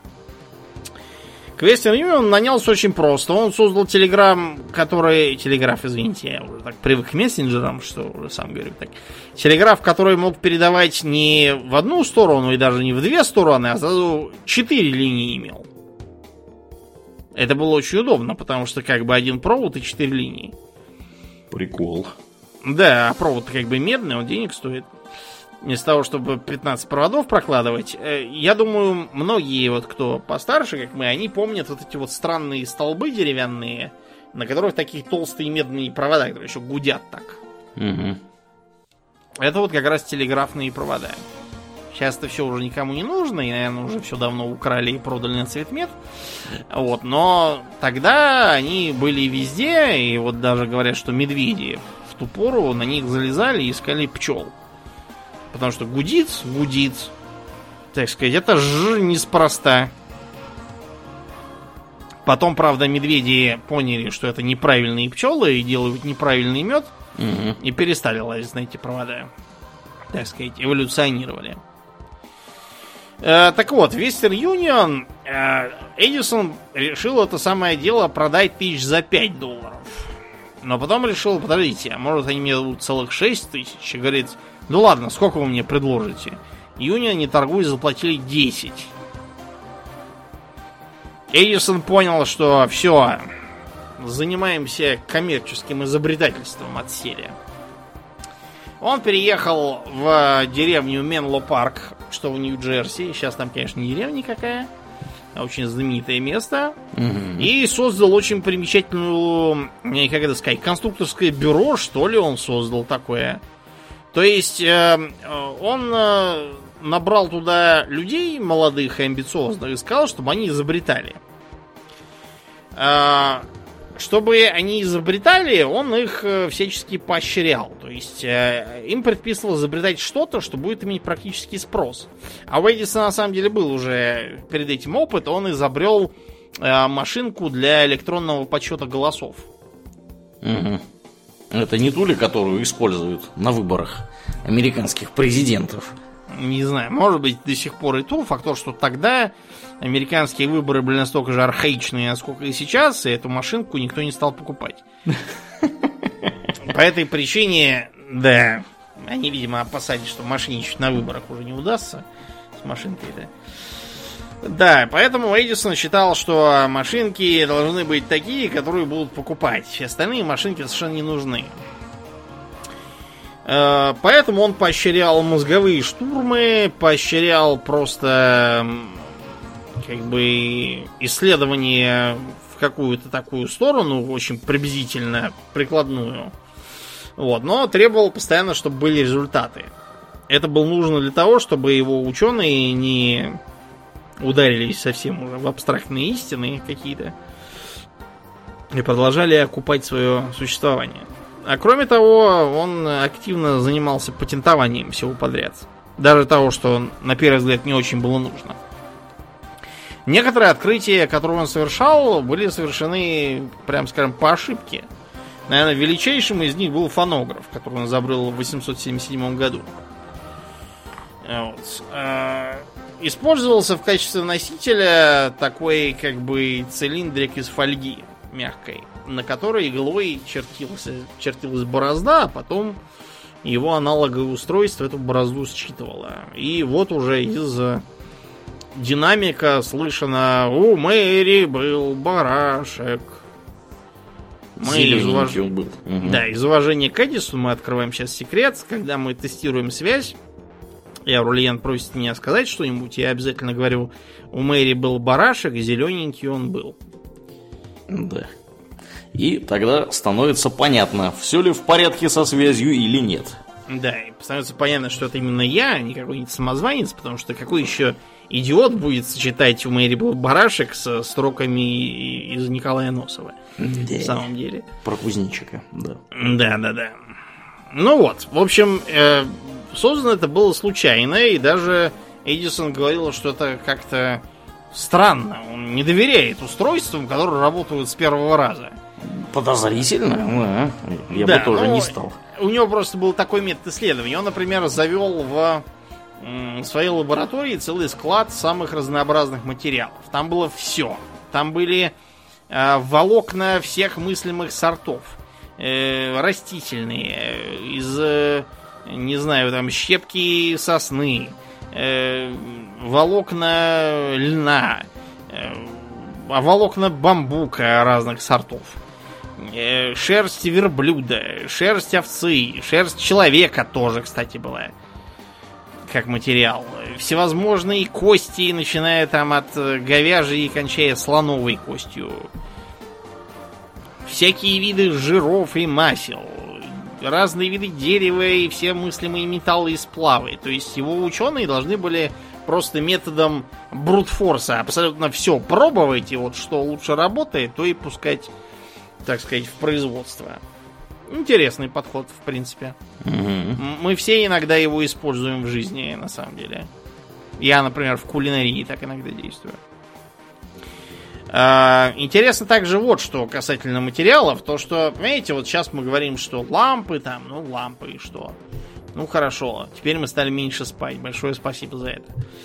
К Western Union нанялся очень просто. Он создал телеграф, извините, я уже так привык к мессенджерам, что уже сам говорю так. Телеграф, который мог передавать не в одну сторону и даже не в 2 стороны, а сразу 4 линии имел. Это было очень удобно, потому что как бы один провод и 4 линии. Прикол. Да, а провод как бы медный, он денег стоит. Вместо того, чтобы 15 проводов прокладывать. Я думаю, многие, вот кто постарше, как мы, они помнят вот эти вот странные столбы деревянные, на которых такие толстые медные провода, которые еще гудят так. Это вот как раз телеграфные провода. Сейчас это все уже никому не нужно, и, наверное, уже все давно украли и продали на цветмет. Вот, но тогда они были везде, и вот даже говорят, что медведи в ту пору на них залезали и искали пчел. Потому что гудит, так сказать, это же неспроста. Потом, правда, медведи поняли, что это неправильные пчелы и делают неправильный мед, и перестали лазить на эти провода. Так сказать, эволюционировали. Так вот, Western Union, Эдисон решил это самое дело продать тысяч за $5. Но потом решил, подождите, а может они мне дадут целых 6 тысяч? И говорит, ну ладно, сколько вы мне предложите? Union, не торгуясь, заплатили 10. Эдисон понял, что все, занимаемся коммерческим изобретательством от серии. Он переехал в деревню Менло Парк, что в Нью-Джерси. Сейчас там, конечно, не деревня никакая, а очень знаменитое место. И создал очень примечательную, как это сказать, конструкторское бюро, что ли, он создал такое. То есть он набрал туда людей молодых и амбициозных и сказал, чтобы они изобретали. Чтобы они изобретали, он их всячески поощрял. То есть им предписывал изобретать что-то, что будет иметь практический спрос. А у Эдисона на самом деле был уже перед этим опыт. Он изобрел машинку для электронного подсчета голосов. Угу. Это не ту ли, которую используют на выборах американских президентов? Не знаю, может быть, до сих пор и ту. Факт то, что тогда американские выборы были настолько же архаичные, насколько и сейчас, и эту машинку никто не стал покупать. По этой причине, да, они, видимо, опасались, что мошенничать на выборах уже не удастся с машинкой-то. Да, поэтому Эдисон считал, что машинки должны быть такие, которые будут покупать. Остальные машинки совершенно не нужны. Поэтому он поощрял мозговые штурмы, поощрял просто как бы исследование в какую-то такую сторону, очень приблизительно прикладную. Вот, но требовал постоянно, чтобы были результаты. Это было нужно для того, чтобы его ученые не ударились совсем уже в абстрактные истины какие-то и продолжали окупать свое существование. А кроме того, он активно занимался патентованием всего подряд. Даже того, что на первый взгляд не очень было нужно. Некоторые открытия, которые он совершал, были совершены, прям скажем, по ошибке. Наверное, величайшим из них был фонограф, который он изобрел в 877 году. Вот. Использовался в качестве носителя такой, как бы, цилиндрик из фольги мягкой, на которой иглой чертилась борозда, а потом его аналоговое устройство эту борозду считывало. И вот уже из динамика слышно: «У Мэри был барашек». Мы был. Угу. Да, из уважения к Эдисону мы открываем сейчас секрет. Когда мы тестируем связь, Аурельян просит меня сказать что-нибудь, я обязательно говорю: у Мэри был барашек, зелененький он был. Да. И тогда становится понятно, все ли в порядке со связью или нет. Да, и становится понятно, что это именно я, а не какой-нибудь самозванец, потому что какой еще идиот будет сочетать «у Мэри был барашек» со строками из Николая Носова. Да. В самом деле. Про кузнечика, да. Да. Ну вот, в общем, создано это было случайно, и даже Эдисон говорил, что это как-то странно. Он не доверяет устройствам, которые работают с первого раза. Подозрительно? Я бы тоже не стал. У него просто был такой метод исследования. Он, например, завел в своей лаборатории целый склад самых разнообразных материалов. Там было все. Там были волокна всех мыслимых сортов. Растительные, из, не знаю, там щепки сосны, волокна льна, волокна бамбука разных сортов, шерсть верблюда, шерсть овцы, шерсть человека тоже, кстати, была как материал. Всевозможные кости, начиная там от говяжьей и кончая слоновой костью. Всякие виды жиров и масел. Разные виды дерева и все мыслимые металлы и сплавы. То есть его ученые должны были просто методом брутфорса абсолютно все пробовать, и вот что лучше работает, то и пускать, так сказать, в производство. Интересный подход, в принципе. Мы все иногда его используем в жизни, на самом деле. Я, например, в кулинарии так иногда действую. Интересно также вот что касательно материалов. То, что, понимаете, вот сейчас мы говорим, что лампы там, ну лампы и что. Ну хорошо, теперь мы стали меньше спать. Большое спасибо за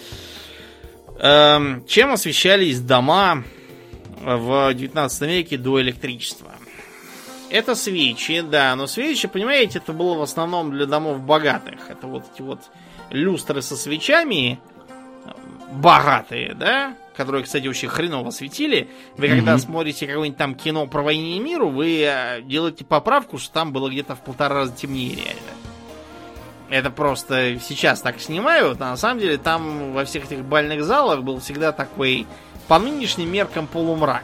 это. Чем освещались дома в 19 веке до электричества? Это свечи, да, но свечи, понимаете, это было в основном для домов богатых. Это вот эти вот люстры со свечами богатые, да, которые, кстати, очень хреново светили, вы когда смотрите какое-нибудь там кино про войну и миру, вы делаете поправку, что там было где-то в 1,5 раза темнее реально. Это просто сейчас так снимают, а на самом деле там во всех этих бальных залах был всегда такой по нынешним меркам полумрак.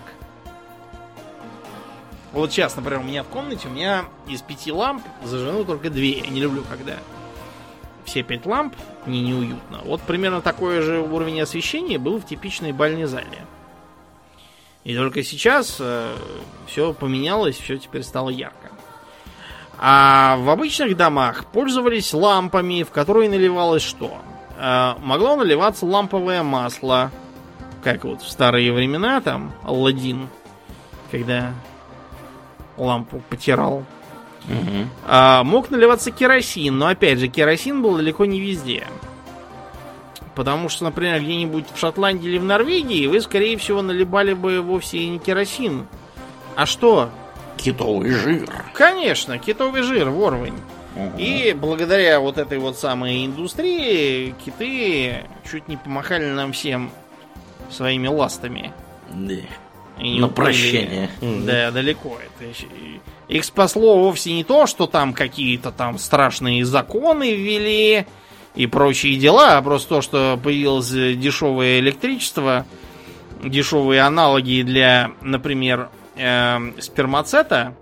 Вот сейчас, например, у меня в комнате, у меня из 5 ламп зажжено только 2. Я не люблю, когда все 5 ламп, мне неуютно. Вот примерно такой же уровень освещения был в типичной бальной зале. И только сейчас все поменялось, все теперь стало ярко. А в обычных домах пользовались лампами, в которые наливалось что? Могло наливаться ламповое масло, как вот в старые времена, там, Аладдин, когда лампу потирал. Мог наливаться керосин, но опять же, керосин был далеко не везде. Потому что, например, где-нибудь в Шотландии или в Норвегии вы, скорее всего, наливали бы вовсе не керосин. А что? Китовый жир. Конечно, китовый жир, ворвань. И благодаря вот этой вот самой индустрии киты чуть не помахали нам всем своими ластами. Да. И на прощение. Да, далеко. Их спасло вовсе не то, что там какие-то там страшные законы ввели и прочие дела, а просто то, что появилось дешевое электричество, дешевые аналоги для, например, спермацета.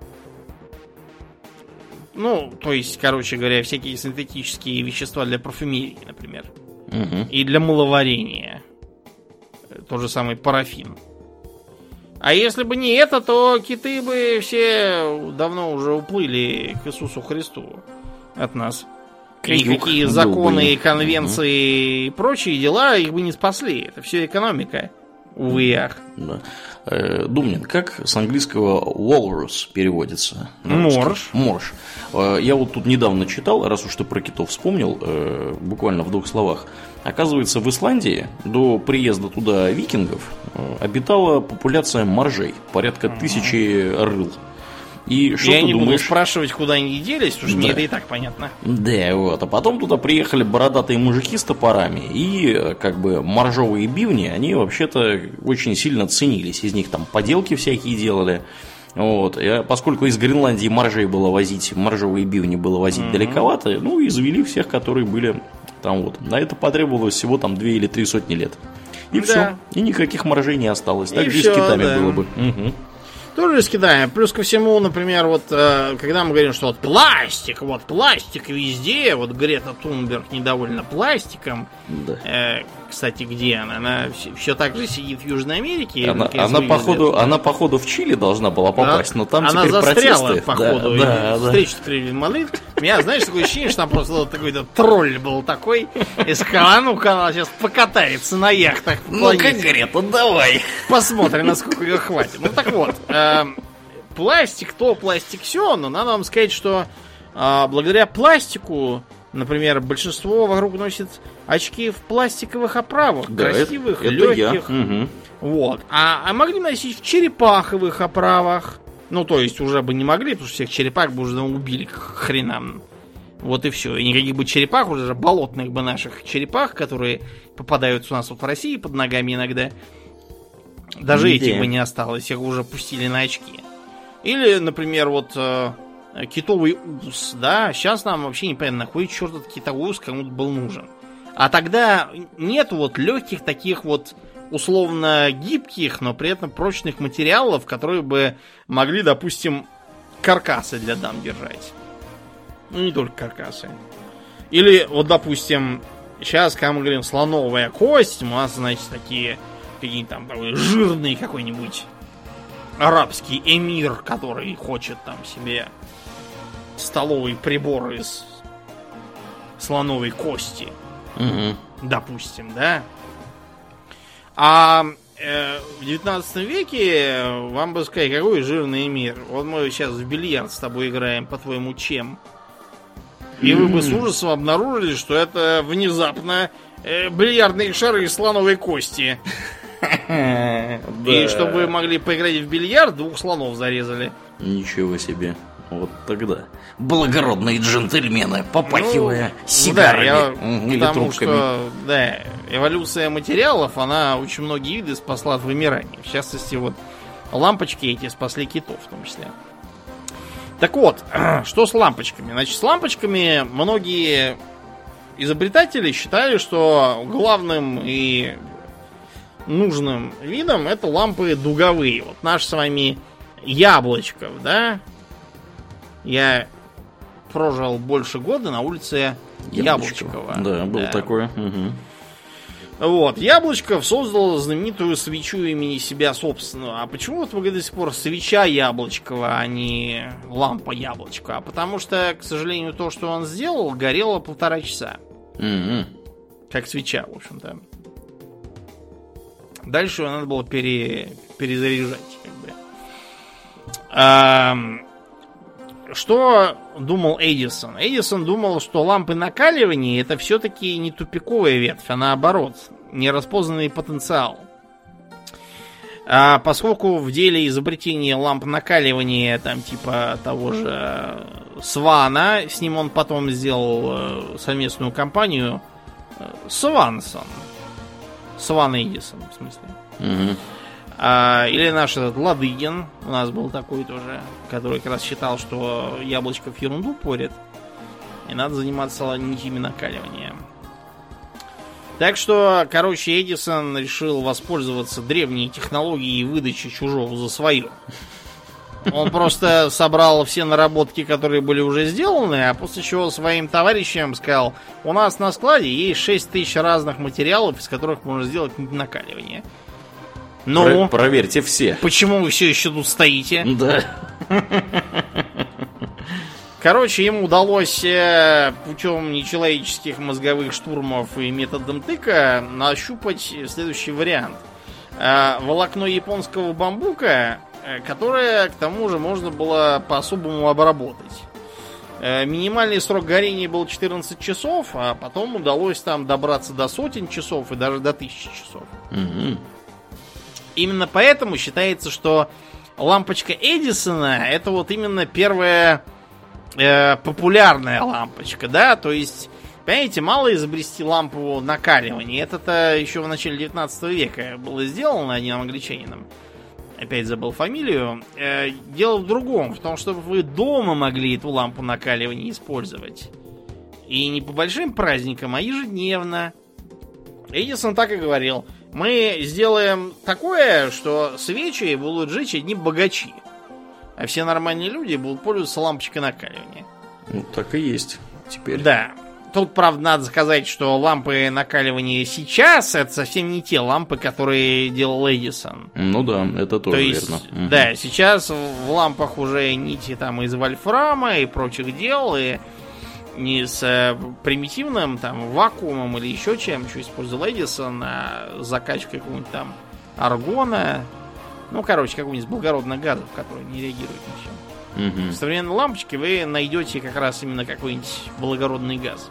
Ну, то есть, короче говоря, всякие синтетические вещества для парфюмерии, например. И для мыловарения. Тот же самый парафин. А если бы не это, то киты бы все давно уже уплыли к Иисусу Христу от нас. Никакие законы, конвенции и прочие дела их бы не спасли. Это все экономика. Увы и ах. Да. Думнин, как с английского walrus переводится? Морж. Морж. Я вот тут недавно читал, раз уж ты про китов вспомнил, буквально в 2 словах. Оказывается, в Исландии до приезда туда викингов обитала популяция моржей, порядка 1000 рыл. И что я ты не думаешь? буду спрашивать, куда они делись, потому что мне это и так понятно. Да, вот. А потом туда приехали бородатые мужики с топорами. И как бы моржовые бивни, они вообще-то очень сильно ценились. Из них там поделки всякие делали. Вот. И поскольку из Гренландии моржей было возить, моржовые бивни было возить далековато, ну и завели всех, которые были там вот. На это потребовалось всего там 2 или 3 сотни лет. И все. И никаких моржей не осталось. Так же и с китами было бы. Тоже с Китаем. Плюс ко всему, например, вот когда мы говорим, что вот пластик везде, вот Грета Тунберг недовольна пластиком. Да. Кстати, где она? Она все так же сидит в Южной Америке. Она походу в Чили должна была попасть, но там она теперь застряла, протесты. походу. Встречу открыли в Мадрид. У меня, знаешь, такое ощущение, что там просто какой-то тролль был такой. И сказала, ну-ка, она сейчас покатается на яхтах. Ну-ка, Грета, давай. Посмотрим, насколько ее хватит. Ну так вот, пластик то, пластик все, но надо вам сказать, что благодаря пластику, например, большинство вокруг носит очки в пластиковых оправах, да, красивых, легких. Вот. А могли носить в черепаховых оправах. Ну, то есть уже бы не могли, потому что всех черепах бы уже убили к хренам. Вот и все. И никаких бы черепах, уже же болотных бы наших черепах, которые попадаются у нас вот в России под ногами иногда. Даже этих бы не осталось, их уже пустили на очки. Или, например, вот китовый ус, да, сейчас нам вообще непонятно, на кой черт этот китовый ус кому-то был нужен. А тогда нет вот легких таких вот условно гибких, но при этом прочных материалов, которые бы могли, допустим, каркасы для дам держать. Ну, не только каркасы. Или, вот, допустим, сейчас, когда мы говорим слоновая кость, у нас, значит, такие какие-нибудь там жирный какой-нибудь арабский эмир, который хочет там себе столовый прибор из слоновой кости. Допустим, да? А в 19 веке вам бы сказать, какой жирный эмир. Вот мы сейчас в бильярд с тобой играем, по-твоему, чем? И вы бы с ужасом обнаружили, что это внезапно бильярдные шары из слоновой кости. И чтобы вы могли поиграть в бильярд, 2 слонов зарезали. Ничего себе. Вот тогда благородные джентльмены, попахивая сигарами или потому трубками. Что, да, эволюция материалов, она очень многие виды спасла от вымирания. В частности, вот лампочки эти спасли китов в том числе. Так вот, что с лампочками? Значит, с лампочками многие изобретатели считали, что главным и нужным видом это лампы дуговые. Вот наш с вами Яблочков, да? Я прожил больше года на улице Яблочкова. Да, был такое. Угу. Вот, Яблочков создал знаменитую свечу имени себя собственного. А почему вот вы до сих пор свеча Яблочкова, а не лампа Яблочкова? А потому что, к сожалению, то, что он сделал, горело 1,5 часа. Как свеча, в общем-то. Дальше его надо было перезаряжать, как бы. Что думал Эдисон? Эдисон думал, что лампы накаливания это все-таки не тупиковая ветвь, а наоборот, нераспознанный потенциал. Поскольку в деле изобретения ламп накаливания, там типа того же Свана, с ним он потом сделал совместную компанию Свансон. Сван Эдисон, в смысле. Угу. Или наш этот Ладыгин, у нас был такой тоже, который как раз считал, что Яблочков ерунду порит, и надо заниматься нитями накаливания. Так что, короче, Эдисон решил воспользоваться древней технологией выдачи чужого за свое. Он просто собрал все наработки, которые были уже сделаны, а после чего своим товарищам сказал: у нас на складе есть 6000 разных материалов, из которых можно сделать нить накаливания. Ну, проверьте все. Почему вы все еще тут стоите? Да. Короче, ему удалось путем нечеловеческих мозговых штурмов и методом тыка нащупать следующий вариант. Волокно японского бамбука, которое, к тому же, можно было по-особому обработать. Минимальный срок горения был 14 часов, а потом удалось там добраться до сотен часов и даже до 1000 часов. Угу. Именно поэтому считается, что лампочка Эдисона это вот именно первая популярная лампочка, да, то есть, понимаете, мало изобрести лампу накаливания, это-то еще в начале 19 века было сделано одним англичанином, опять забыл фамилию. Дело в другом, в том, чтобы вы дома могли эту лампу накаливания использовать, и не по большим праздникам, а ежедневно. Эдисон так и говорил: мы сделаем такое, что свечи будут жечь одни богачи, а все нормальные люди будут пользоваться лампочкой накаливания. Ну, так и есть теперь. Да. Тут, правда, надо сказать, что лампы накаливания сейчас это совсем не те лампы, которые делал Эдисон. Ну да, это тоже верно. Угу. Да, сейчас в лампах уже нити там из вольфрама и прочих дел, и не с примитивным там вакуумом или еще чем, что использовал Эдисон, а закачкой какого-нибудь там аргона. Ну, короче, какого-нибудь благородных газов, которые не реагируют ни в чем. В современной лампочке вы найдете как раз именно какой-нибудь благородный газ.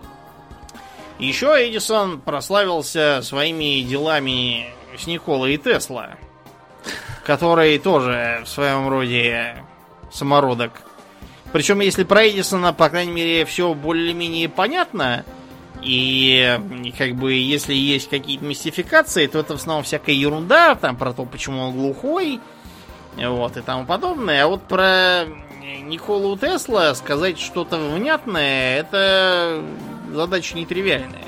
Еще Эдисон прославился своими делами с Николой Тесла, который тоже в своем роде самородок. Причем, если про Эдисона, по крайней мере, все более-менее понятно, и как бы если есть какие-то мистификации, то это в основном всякая ерунда, там про то, почему он глухой, вот, и тому подобное. А вот про Николу Тесла сказать что-то внятное, это задача нетривиальная.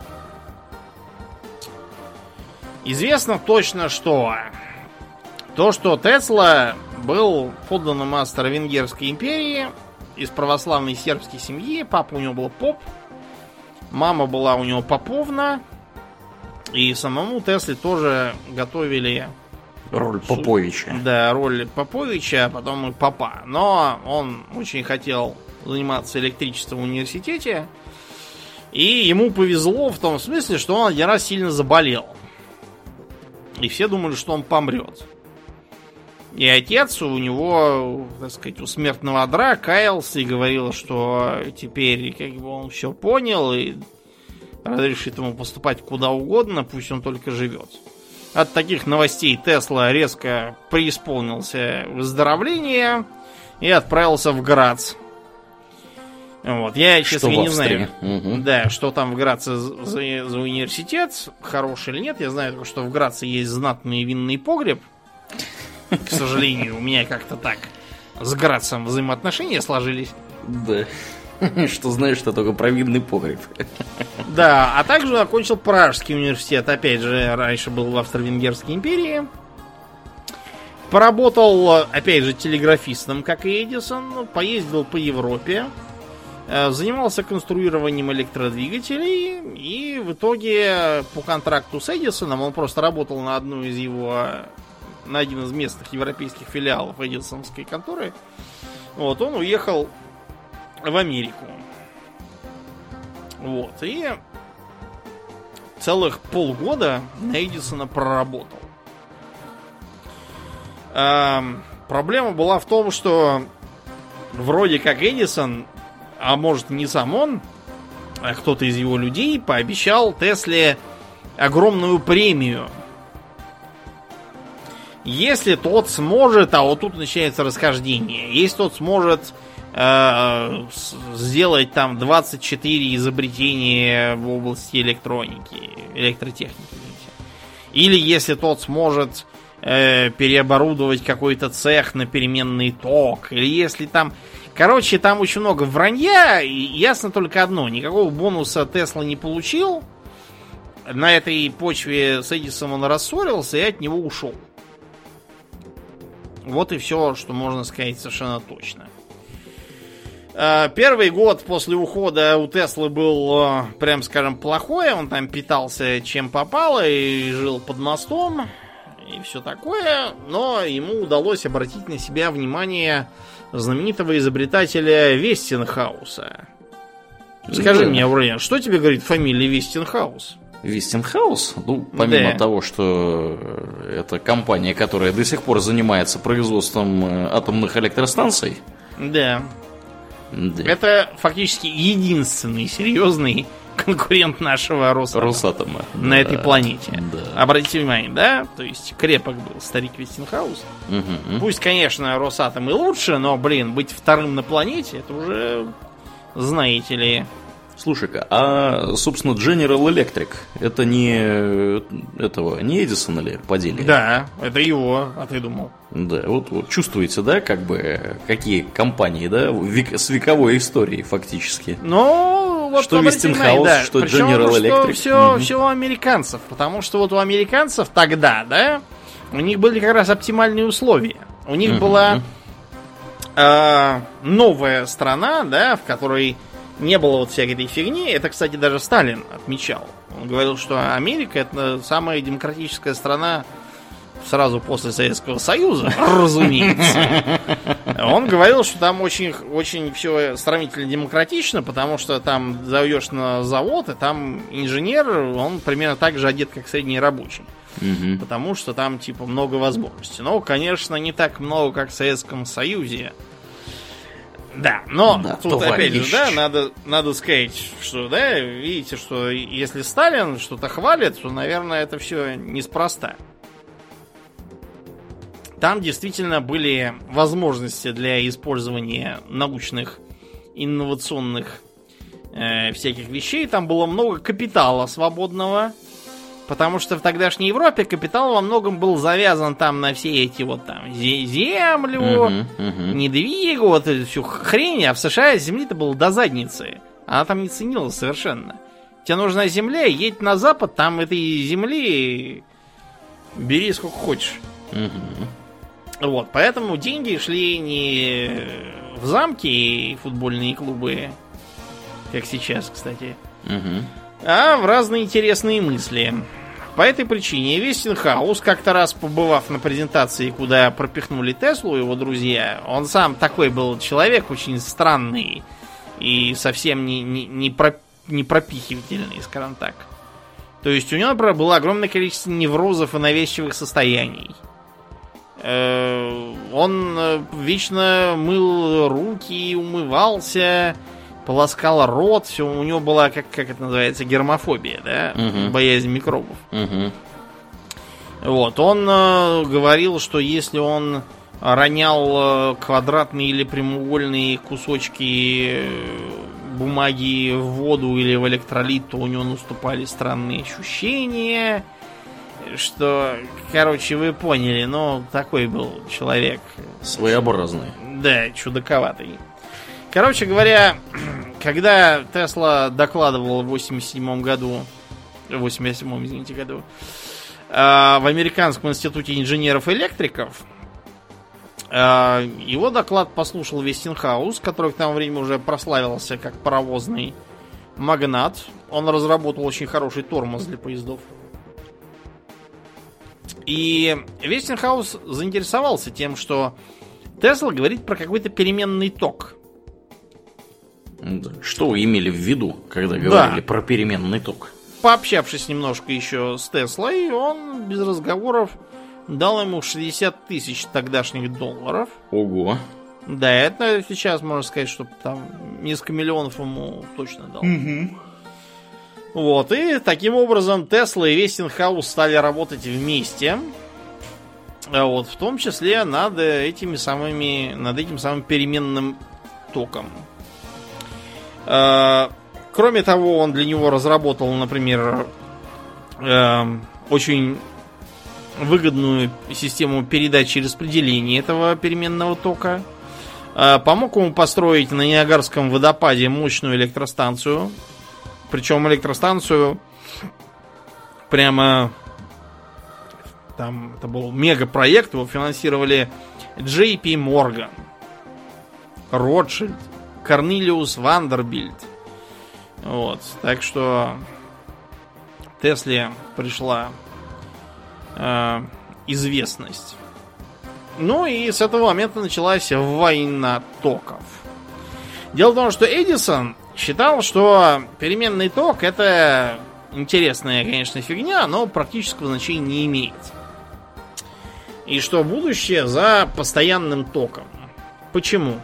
Известно точно, что то, что Тесла был подданным Австро-Венгерской империи, из православной сербской семьи. Папа у него был поп, мама была у него поповна, и самому Тесле тоже готовили роль Поповича. Да, роль Поповича, а потом и попа. Но он очень хотел заниматься электричеством в университете, и ему повезло в том смысле, что он один раз сильно заболел. И все думали, что он помрет. И отец у него, так сказать, у смертного одра каялся и говорил, что теперь как бы он все понял и разрешит ему поступать куда угодно, пусть он только живет. От таких новостей Тесла резко преисполнился выздоровления и отправился в Грац. Вот, я, честно, не знаю, да, что там в Граце за университет, хороший или нет. Я знаю только, что в Граце есть знатный винный погреб. К сожалению, у меня как-то так с Грацем взаимоотношения сложились. Да. Что знаешь, что только про винный погреб. Да, а также окончил Пражский университет. Опять же, раньше был в Австро-Венгерской империи. Поработал, опять же, телеграфистом, как и Эдисон. Поездил по Европе. Занимался конструированием электродвигателей. И в итоге по контракту с Эдисоном он просто работал на один из местных европейских филиалов эдисоновской конторы. Вот, он уехал в Америку. Вот, и целых полгода на Эдисона проработал. Проблема была в том, что вроде как Эдисон, а может не сам он, а кто-то из его людей пообещал Тесле огромную премию. Если тот сможет, а вот тут начинается расхождение, если тот сможет сделать там 24 изобретения в области электроники, электротехники, или если тот сможет переоборудовать какой-то цех на переменный ток, или если там... Короче, там очень много вранья, и ясно только одно. Никакого бонуса Тесла не получил. На этой почве с Эдисоном он рассорился и от него ушел. Вот и все, что можно сказать совершенно точно. Первый год после ухода у Теслы был, прям скажем, плохой. Он там питался чем попало и жил под мостом. И все такое. Но ему удалось обратить на себя внимание знаменитого изобретателя Вестинхауса. Скажи мне, Аурелиан, что тебе говорит фамилия Вестинхаус? Вестинхаус? Ну, помимо того, что это компания, которая до сих пор занимается производством атомных электростанций. Да. Это фактически единственный серьезный конкурент нашего Росатома на этой планете. Да. Обратите внимание, да? То есть крепок был старик Вестинхаус. Пусть, конечно, Росатом и лучше, но, быть вторым на планете, это уже, знаете ли... Слушай-ка, а, собственно, General Electric, это не Эдисона ли по деле? Да, это его, а ты думал? Да, вот чувствуете, да, как бы, какие компании, да, с вековой историей фактически. Ну, вот что Westinghouse, да. Что General Electric. Все у американцев, потому что вот у американцев тогда, да, у них были как раз оптимальные условия. У них была новая страна, да, в которой не было вот всякой этой фигни. Это, кстати, даже Сталин отмечал. Он говорил, что Америка — это самая демократическая страна сразу после Советского Союза, разумеется. Он говорил, что там очень, очень все сравнительно демократично, потому что там зайдешь на завод, и там инженер, он примерно так же одет, как средний рабочий. Потому что там, типа, много возможностей. Но, конечно, не так много, как в Советском Союзе. Да, но да, тут опять же, да, надо сказать, что, да, видите, что если Сталин что-то хвалит, то, наверное, это все неспроста. Там действительно были возможности для использования научных, инновационных всяких вещей. Там было много капитала свободного. Потому что в тогдашней Европе капитал во многом был завязан там на все эти вот там землю, недвигу, вот эту всю хрень, а в США земли-то было до задницы. Она там не ценилась совершенно. Тебе нужна земля, едь на запад, там этой земли бери сколько хочешь. Вот, поэтому деньги шли не в замки и футбольные клубы, как сейчас, кстати, а в разные интересные мысли. По этой причине Вестинхаус, как-то раз побывав на презентации, куда пропихнули Теслу его друзья, он сам такой был человек очень странный и совсем не пропихивательный, скажем так. То есть у него, например, было огромное количество неврозов и навязчивых состояний. Он вечно мыл руки, умывался, полоскал рот, все, у него была, как это называется, гермофобия, да, боязнь микробов. Вот, он говорил, что если он ронял квадратные или прямоугольные кусочки бумаги в воду или в электролит, то у него наступали странные ощущения. Что, короче, вы поняли, но такой был человек. Своеобразный. Да, чудаковатый. Короче говоря, когда Тесла докладывал в 87-м году, в Американском институте инженеров-электриков, его доклад послушал Вестингхаус, который к тому времени уже прославился как паровозный магнат. Он разработал очень хороший тормоз для поездов. И Вестингхаус заинтересовался тем, что Тесла говорит про какой-то переменный ток. Что вы имели в виду, когда говорили про переменный ток? Пообщавшись немножко еще с Теслой, он без разговоров дал ему 60 тысяч тогдашних долларов. Ого. Да, это сейчас можно сказать, что там несколько миллионов ему точно дал. Угу. Вот, и таким образом Тесла и Вестингхаус стали работать вместе. Вот, в том числе над этим самым переменным током. Кроме того, он для него разработал, например, очень выгодную систему передачи и распределения этого переменного тока. Помог ему построить на Ниагарском водопаде мощную электростанцию. Причем электростанцию прямо там это был мегапроект, его финансировали JP Morgan, Ротшильд, Корнелиус Вандербильд. Вот, так что Тесле пришла известность. Ну и с этого момента началась война токов. Дело в том, что Эдисон считал, что переменный ток это интересная, конечно, фигня, но практического значения не имеет. И что будущее за постоянным током. Почему?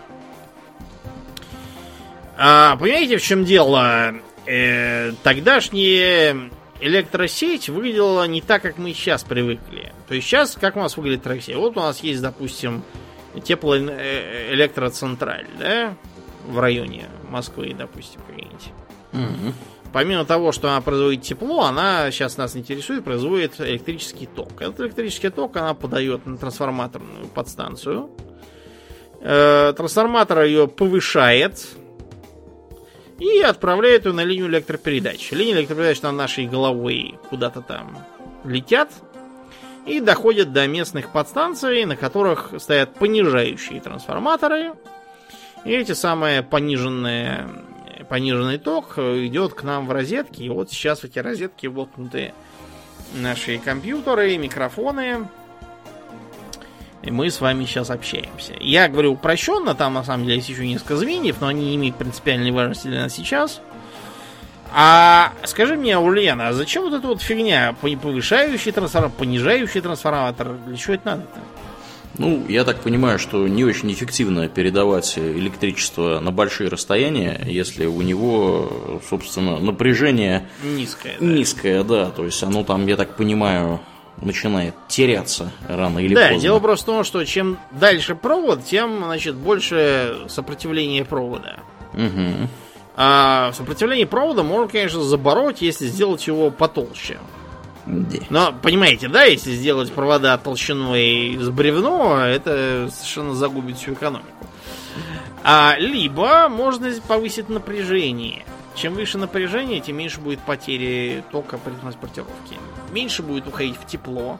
Понимаете, в чем дело? Тогдашняя электросеть выглядела не так, как мы сейчас привыкли. То есть сейчас, как у нас выглядит электросеть? Вот у нас есть, допустим, теплоэлектроцентраль, да? В районе Москвы, допустим, какие-нибудь. Угу. Помимо того, что она производит тепло, она сейчас нас интересует, производит электрический ток. Этот электрический ток она подает на трансформаторную подстанцию. Трансформатор ее повышает и отправляет ее на линию электропередач. Линии электропередач над нашей головой куда-то там летят и доходят до местных подстанций, на которых стоят понижающие трансформаторы. И эти самые пониженный ток идет к нам в розетки. И вот сейчас в эти розетки воткнуты наши компьютеры, микрофоны. И мы с вами сейчас общаемся. Я говорю упрощенно, там на самом деле есть еще несколько звеньев, но они не имеют принципиальной важности для нас сейчас. А скажи мне, Ульяна, а зачем вот эта вот фигня? Повышающий трансформатор, понижающий трансформатор? Для чего это надо-то? Ну, я так понимаю, что не очень эффективно передавать электричество на большие расстояния, если у него, собственно, напряжение низкое, да. То есть оно там, я так понимаю, начинает теряться рано или поздно. Да, дело просто в том, что чем дальше провод, тем, значит, больше сопротивление провода. Угу. А сопротивление провода можно, конечно, забороть, если сделать его потолще. Но, понимаете, да, если сделать провода толщиной с бревно, это совершенно загубит всю экономику. Либо можно повысить напряжение. Чем выше напряжение, тем меньше будет потери тока при транспортировке. Меньше будет уходить в тепло.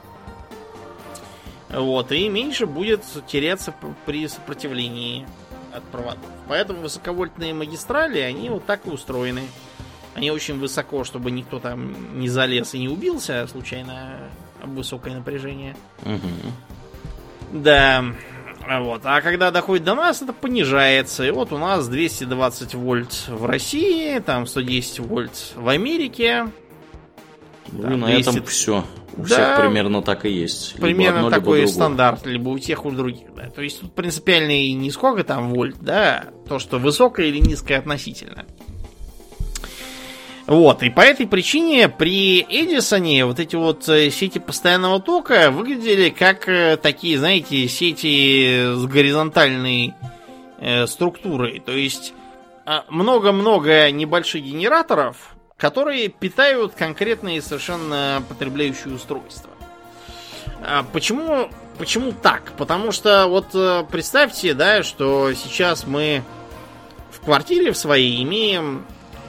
Вот, и меньше будет теряться при сопротивлении от проводов. Поэтому высоковольтные магистрали, они вот так и устроены. Они очень высоко, чтобы никто там не залез и не убился случайно об высокое напряжение. Угу. Да. Вот. А когда доходит до нас, это понижается. И вот у нас 220 вольт в России, там 110 вольт в Америке. Ну, на этом все. У всех примерно так и есть. Примерно либо одно, такой либо стандарт, либо у тех, у других. Да. То есть тут принципиально и не сколько там вольт, да, то, что высокое или низкое относительно. Вот, и по этой причине при Эдисоне вот эти вот сети постоянного тока выглядели как такие, знаете, сети с горизонтальной структурой. То есть много-много небольших генераторов, которые питают конкретные совершенно потребляющие устройства. Почему так? Потому что вот представьте, да, что сейчас мы в квартире в своей имеем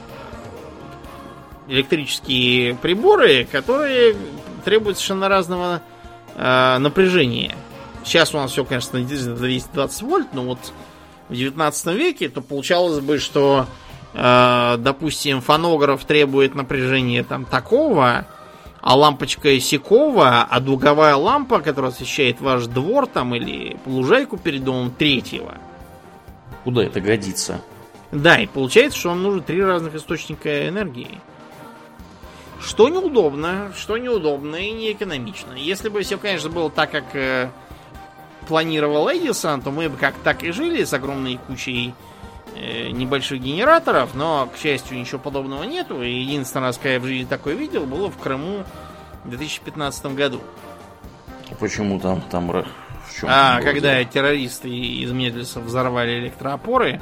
электрические приборы, которые требуют совершенно разного напряжения. Сейчас у нас все, конечно, 220 вольт, но вот в 19 веке то получалось бы, что, допустим, фонограф требует напряжения там такого, а лампочка сякого, а дуговая лампа, которая освещает ваш двор там или лужайку перед домом, третьего. Куда это годится? Да, и получается, что вам нужно 3 разных источника энергии. Что неудобно и неэкономично. Если бы все, конечно, было так, как планировал Эдисон, то мы бы как так и жили с огромной кучей небольших генераторов, но, к счастью, ничего подобного нету. И единственный раз, когда я в жизни такое видел, было в Крыму в 2015 году. Почему там в чем? Когда террористы из Медлиса взорвали электроопоры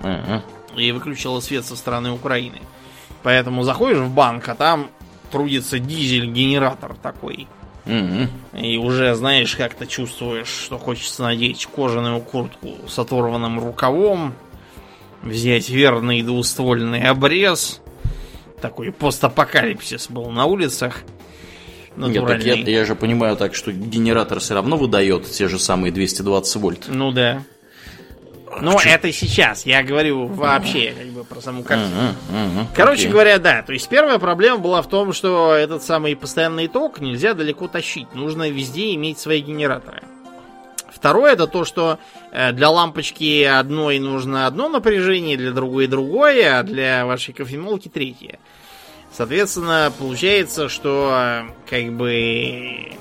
и выключили свет со стороны Украины. Поэтому заходишь в банк, а там трудится дизель-генератор такой. И уже, знаешь, как-то чувствуешь, что хочется надеть кожаную куртку с оторванным рукавом, взять верный двуствольный обрез. Такой постапокалипсис был на улицах. Нет, так я же понимаю так, что генератор все равно выдает те же самые 220 вольт. Ну да. Но это сейчас, я говорю вообще как бы про саму картину. Короче говоря, да, то есть первая проблема была в том, что этот самый постоянный ток нельзя далеко тащить, нужно везде иметь свои генераторы. Второе, это то, что для лампочки одной нужно одно напряжение, для другой другое, а для вашей кофемолки третье. Соответственно, получается, что как бы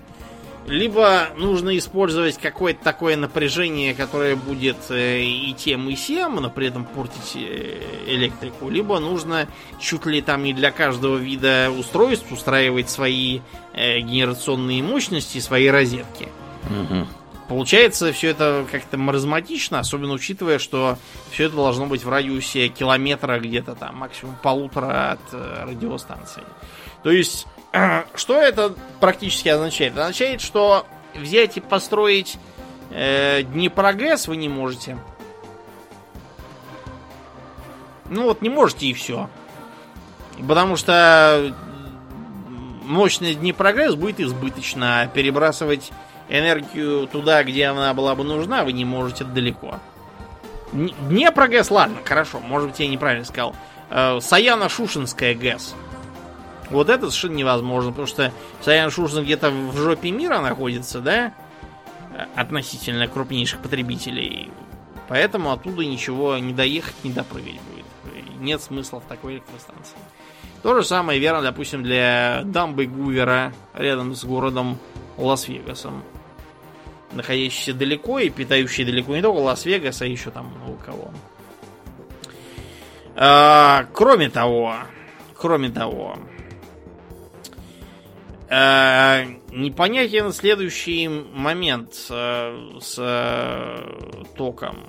либо нужно использовать какое-то такое напряжение, которое будет и тем, и сем, но при этом портить электрику, либо нужно чуть ли там не для каждого вида устройств устраивать свои генерационные мощности, свои розетки. Получается все это как-то маразматично, особенно учитывая, что все это должно быть в радиусе километра где-то там, максимум 1,5 от радиостанции. То есть что это практически означает? Это означает, что взять и построить Днепрогэс вы не можете. Ну вот не можете и все. Потому что мощность Днепрогэс будет избыточна, а перебрасывать энергию туда, где она была бы нужна, вы не можете далеко. Днепрогэс, ладно, хорошо, может быть я неправильно сказал. Саяно-Шушенская ГЭС. Вот это совершенно невозможно, потому что Саян-Шушен где-то в жопе мира находится, да? Относительно крупнейших потребителей. Поэтому оттуда ничего не доехать, не допрыгать будет. Нет смысла в такой электростанции. То же самое верно, допустим, для дамбы Гувера рядом с городом Лас-Вегасом. Находящийся далеко и питающий далеко не только Лас-Вегас, а еще там много кого. Кроме того, непонятен следующий момент с током.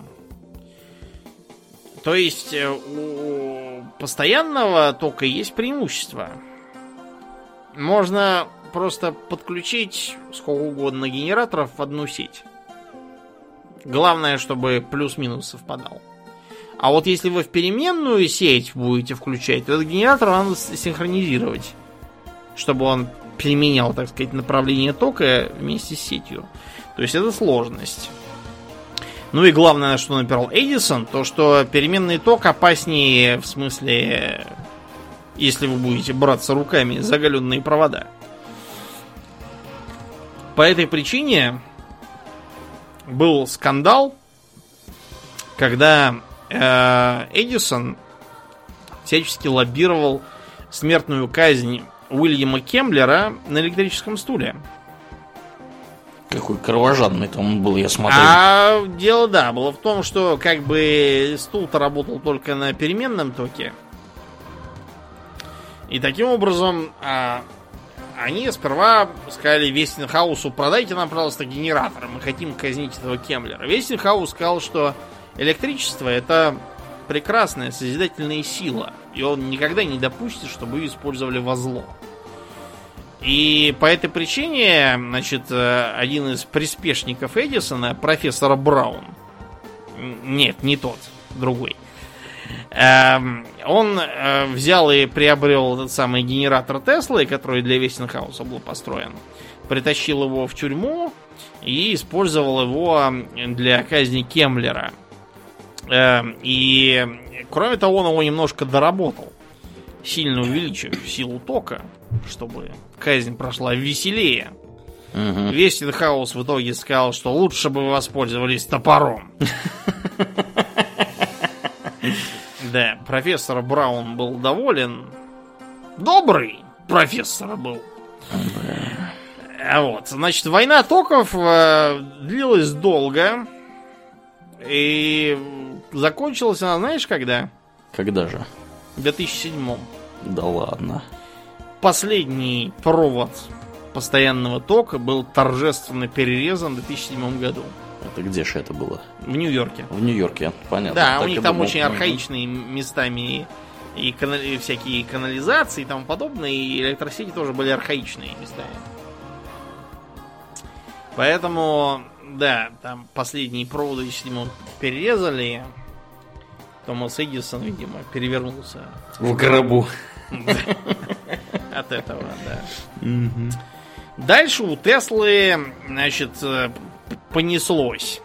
То есть у постоянного тока есть преимущество. Можно просто подключить сколько угодно генераторов в одну сеть. Главное, чтобы плюс-минус совпадал. А вот если вы в переменную сеть будете включать, то этот генератор надо синхронизировать, чтобы он переменял, так сказать, направление тока вместе с сетью. То есть это сложность. Ну и главное, на что напирал Эдисон, то что переменный ток опаснее, в смысле, если вы будете браться руками за оголенные провода. По этой причине был скандал, когда Эдисон всячески лоббировал смертную казнь Уильяма Кемблера на электрическом стуле. Какой кровожадный-то он был, я смотрю. А дело, да, было в том, что как бы стул-то работал только на переменном токе. И таким образом они сперва сказали Вестинхаусу: продайте нам, пожалуйста, генератор, мы хотим казнить этого Кемлера. Вестинхаус сказал, что электричество — это прекрасная созидательная сила, и он никогда не допустит, чтобы ее использовали во зло. И по этой причине, значит, один из приспешников Эдисона, профессор Браун, нет, не тот, другой, он взял и приобрел этот самый генератор Теслы, который для Вестинхауса был построен, притащил его в тюрьму и использовал его для казни Кемлера. И, кроме того, он его немножко доработал, сильно увеличив силу тока, чтобы казнь прошла веселее. Вестинхаус в итоге сказал, что лучше бы вы воспользовались топором. Да, профессор Браун был доволен. Добрый профессор был. Вот, значит, война токов длилась долго. И закончилась она, знаешь, когда? Когда же? В 2007. Да ладно. Последний провод постоянного тока был торжественно перерезан в 2007 году. Это где же это было? В Нью-Йорке. В Нью-Йорке, понятно. Да, так у них там очень архаичные местами и всякие канализации и тому подобное, и электросети тоже были архаичные местами. Поэтому, да, там последние проводы, если мы перерезали, Томас Эдисон, видимо, перевернулся. В гробу. От этого, да. Дальше у Теслы, значит, понеслось.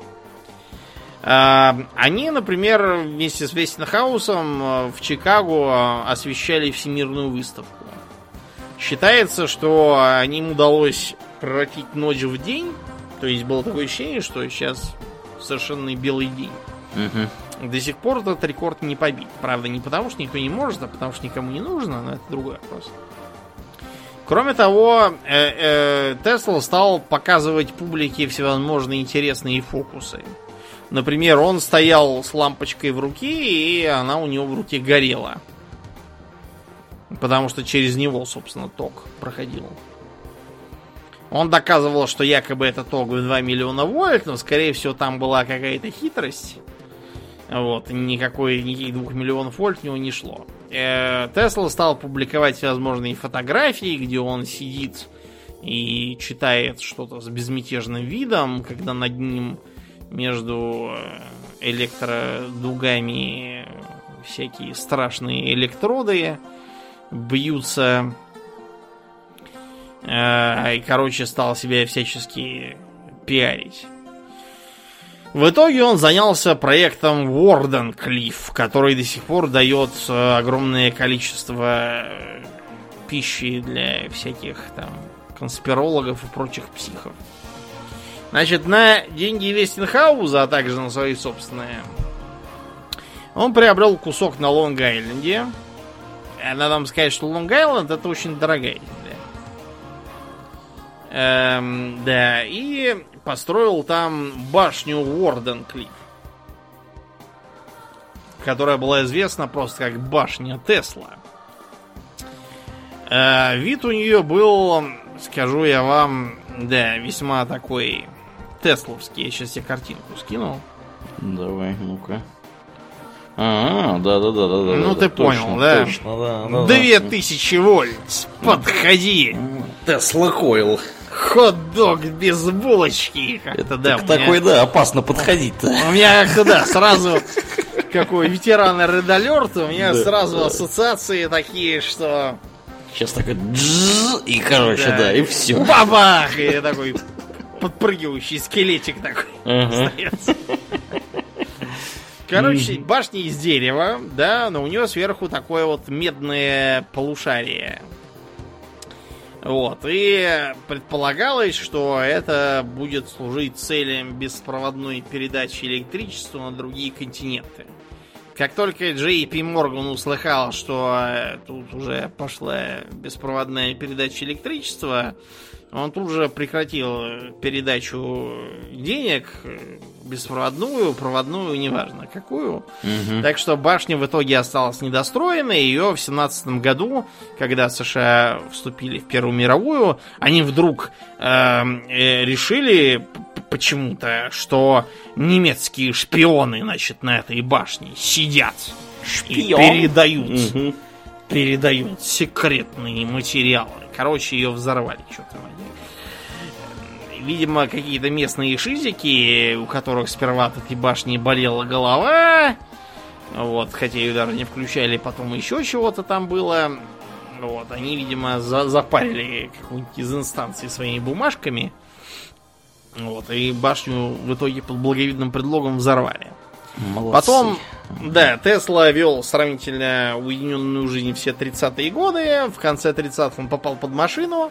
Они, например, вместе с Вестинхаусом в Чикаго освещали Всемирную выставку. Считается, что им удалось превратить ночь в день. То есть было такое ощущение, что сейчас совершенно белый день. До сих пор этот рекорд не побит. Правда, не потому, что никто не может, а потому, что никому не нужно, но это другой вопрос. Кроме того, Тесла стал показывать публике всевозможные интересные фокусы. Например, он стоял с лампочкой в руке, и она у него в руке горела. Потому что через него, собственно, ток проходил. Он доказывал, что якобы это ток в 2 миллиона вольт, но, скорее всего, там была какая-то хитрость. Вот, никаких 2 миллионов вольт в него не шло. Тесла стал публиковать всевозможные фотографии, где он сидит и читает что-то с безмятежным видом, когда над ним между электродугами всякие страшные электроды бьются. И, короче, стал себя всячески пиарить. В итоге он занялся проектом Wardenclyffe, который до сих пор дает огромное количество пищи для всяких там конспирологов и прочих психов. Значит, на деньги Вестинхауза, а также на свои собственные, он приобрел кусок на Лонг-Айленде. Надо вам сказать, что Лонг-Айленд — это очень дорогая земля. Да, и построил там башню Wardenclyffe, которая была известна просто как башня Тесла. Вид у нее был, скажу я вам, да, весьма такой тесловский. Я сейчас тебе картинку скину. Давай, ну-ка. Да. Ну ты понял, да? Точно, да. 2000 вольт. Подходи. Тесла Койл. Хот-дог без булочки. Как-то, да. Такой, да, опасно подходить-то. У меня как-то, да, сразу, какой ветеран Red Alert, у меня сразу ассоциации такие, что... Сейчас такой и, короче, да, и все. Бабах! И такой подпрыгивающий скелетик такой остается. Короче, башня из дерева, да, но у нее сверху такое вот медное полушарие. Вот, и предполагалось, что это будет служить целям беспроводной передачи электричества на другие континенты. Как только Джей Пи Морган услыхал, что тут уже пошла беспроводная передача электричества, он тут же прекратил передачу денег, беспроводную, проводную, неважно какую. Угу. Так что башня в итоге осталась недостроенной. Ее в 17 году, когда США вступили в Первую мировую, они вдруг решили почему-то, что немецкие шпионы, значит, на этой башне сидят и передают секретные материалы. Короче, ее взорвали что-то. Видимо, какие-то местные шизики, у которых сперва от этой башни болела голова. Вот, хотя ее даже не включали, потом еще чего-то там было. Вот, они, видимо, запарили какую-нибудь из инстанций своими бумажками. Вот, и башню в итоге под благовидным предлогом взорвали. Молодцы. Потом, да, Тесла вел сравнительно уединенную жизнь все 30-е годы. В конце 30-х он попал под машину.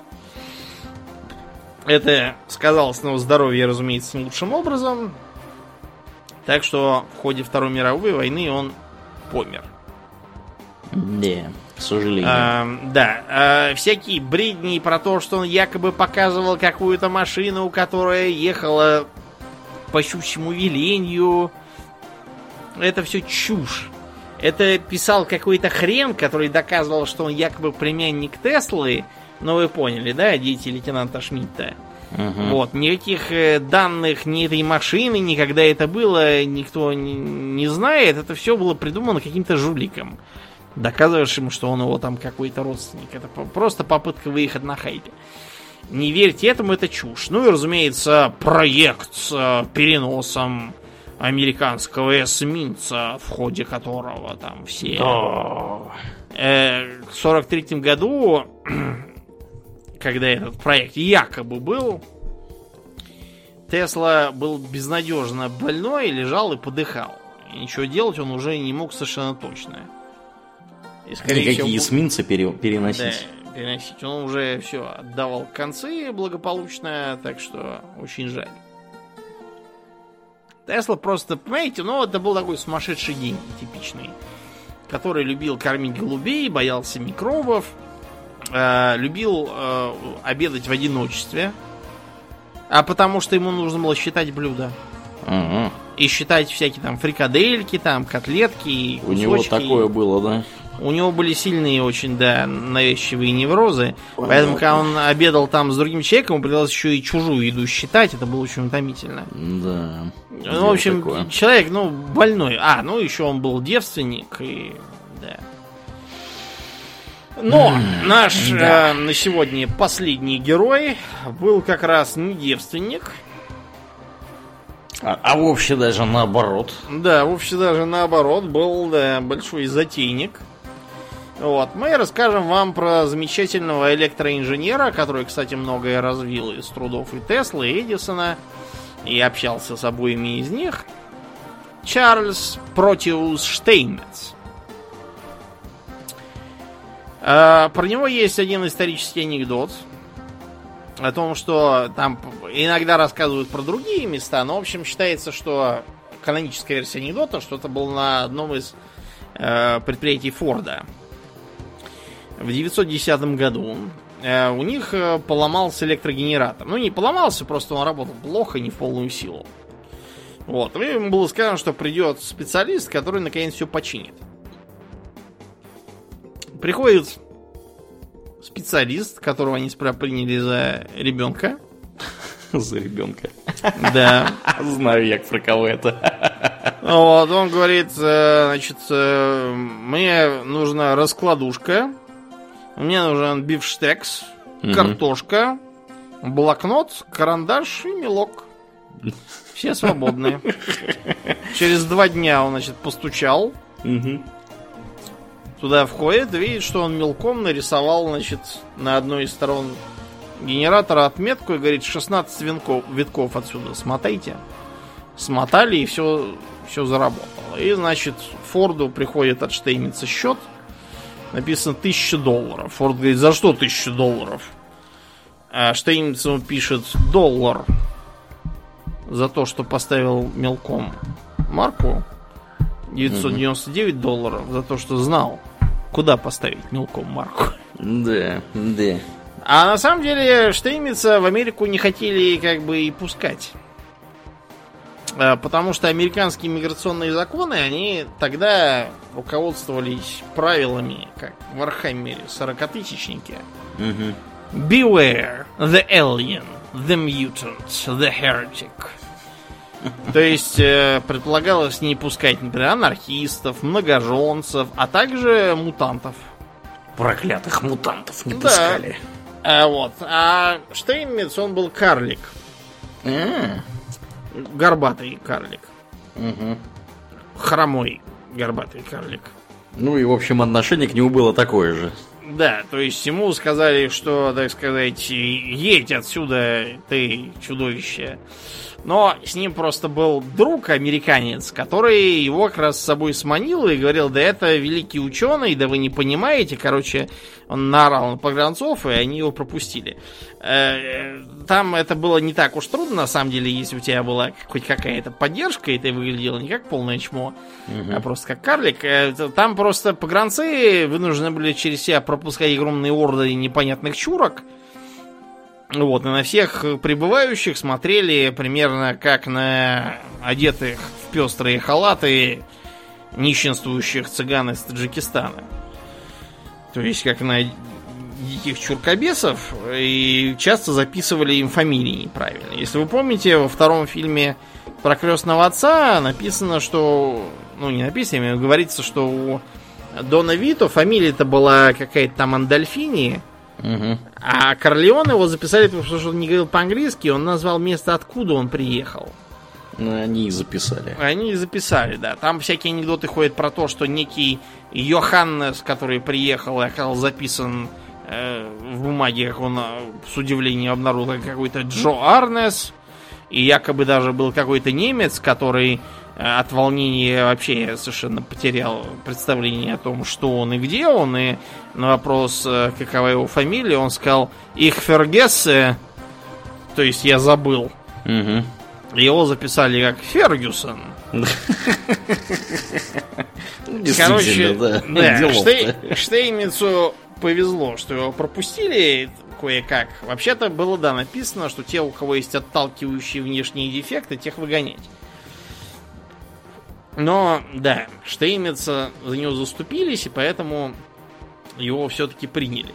Это сказалось на его здоровье, разумеется, не лучшим образом. Так что в ходе Второй мировой войны он помер. Да, к сожалению. Всякие бредни про то, что он якобы показывал какую-то машину, которая ехала по щучьему велению. Это все чушь. Это писал какой-то хрен, который доказывал, что он якобы племянник Теслы. Ну, вы поняли, да, дети лейтенанта Шмидта? Угу. Вот, никаких данных ни этой машины, ни когда это было, никто не знает. Это все было придумано каким-то жуликом, доказывающим, что он его там какой-то родственник. Это просто попытка выехать на хайпе. Не верьте этому, это чушь. Ну и, разумеется, проект с переносом американского эсминца, в ходе которого там все... В 43-м году, когда этот проект якобы был, Тесла был безнадежно больной, лежал и подыхал. И ничего делать он уже не мог совершенно точно. И, никакие эсминцы переносить. Да, переносить. Он уже все отдавал концы благополучно, так что очень жаль. Тесла просто, понимаете, это был такой сумасшедший гений типичный, который любил кормить голубей, боялся микробов, любил обедать в одиночестве, а потому что ему нужно было считать блюда. Угу. И считать всякие там фрикадельки, там котлетки и кусочки. У него такое было, да? У него были сильные очень, да, навязчивые неврозы. Понятно. Поэтому, когда он обедал там с другим человеком, ему придалось еще и чужую еду считать. Это было очень утомительно. Да. Ну, в общем, такое. Человек, больной. Еще он был девственник. И, да. Но наш на сегодня последний герой был как раз не девственник. А вовсе даже наоборот. Да, вовсе даже наоборот. Был, большой затейник. Вот. Мы расскажем вам про замечательного электроинженера, который, кстати, многое развил из трудов и Теслы, и Эдисона, и общался с обоими из них. Чарльз Протеус Штейнмец. Про него есть один исторический анекдот о том, что там иногда рассказывают про другие места, но, в общем, считается, что каноническая версия анекдота, что это был на одном из предприятий Форда. В 910 году у них поломался электрогенератор. Не поломался, просто он работал плохо, не в полную силу. Вот. И ему было сказано, что придет специалист, который наконец все починит. Приходит специалист, которого они сперва приняли за ребенка. За ребенка. Да. Знаю я, про кого это. Вот, он говорит, значит, мне нужна раскладушка, мне нужен бифштекс, картошка, блокнот, карандаш и мелок. Все свободны. Через 2 дня он, значит, постучал. Туда входит, видит, что он мелком нарисовал, значит, на одной из сторон генератора отметку и говорит, 16 витков отсюда смотайте. Смотали, и все заработало. И, значит, Форду приходит от Штейнмеца счет. Написано $1000. Форд говорит, за что $1000? А Штейнмец ему пишет $1 за то, что поставил мелком марку. $999 за то, что знал, куда поставить мелком марку. Да. А на самом деле Штеймица в Америку не хотели как бы и пускать. Потому что американские миграционные законы, они тогда руководствовались правилами, как в Вархаммере 40-тысячнике. Beware the alien, the mutant, the heretic. То есть предполагалось не пускать, например, анархистов, многоженцев, а также мутантов. Проклятых мутантов не пускали. А Штейнмитц, он был карлик. Горбатый карлик. Хромой горбатый карлик. Ну и, в общем, отношение к нему было такое же. Да, то есть ему сказали, что, так сказать, едь отсюда, ты чудовище. Но с ним просто был друг, американец, который его как раз с собой сманил и говорил, да это великий ученый, да вы не понимаете. Короче, он наорал на погранцов, и они его пропустили. Там это было не так уж трудно, на самом деле, если у тебя была хоть какая-то поддержка, и ты выглядел не как полное чмо, а просто как карлик. Там просто погранцы вынуждены были через себя пропускать огромные орды непонятных чурок. Вот, и на всех прибывающих смотрели примерно как на одетых в пестрые халаты нищенствующих цыган из Таджикистана. То есть как на диких чуркобесов, и часто записывали им фамилии неправильно. Если вы помните, во втором фильме про крестного отца написано, что... Ну, не написано, говорится, что у Дона Вито фамилия-то была какая-то там Андольфини. А Корлеоне его записали, потому что он не говорил по-английски, он назвал место, откуда он приехал. Ну, они и записали. Они и записали, да. Там всякие анекдоты ходят про то, что некий Йоханнес, который приехал и оказался записан в бумаге, как он с удивлением обнаружил, какой-то Джо Арнес. И якобы даже был какой-то немец, который от волнения вообще совершенно потерял представление о том, что он и где он. И на вопрос, какова его фамилия, он сказал «Ich vergesse», то есть «я забыл». Его записали как Фергюсон. Короче, да, Штейнмитцу повезло, что его пропустили кое-как. Вообще-то было, да, написано, что те, у кого есть отталкивающие внешние дефекты, тех выгонять. Но, да, Штейнмитца за него заступились, и поэтому его все-таки приняли.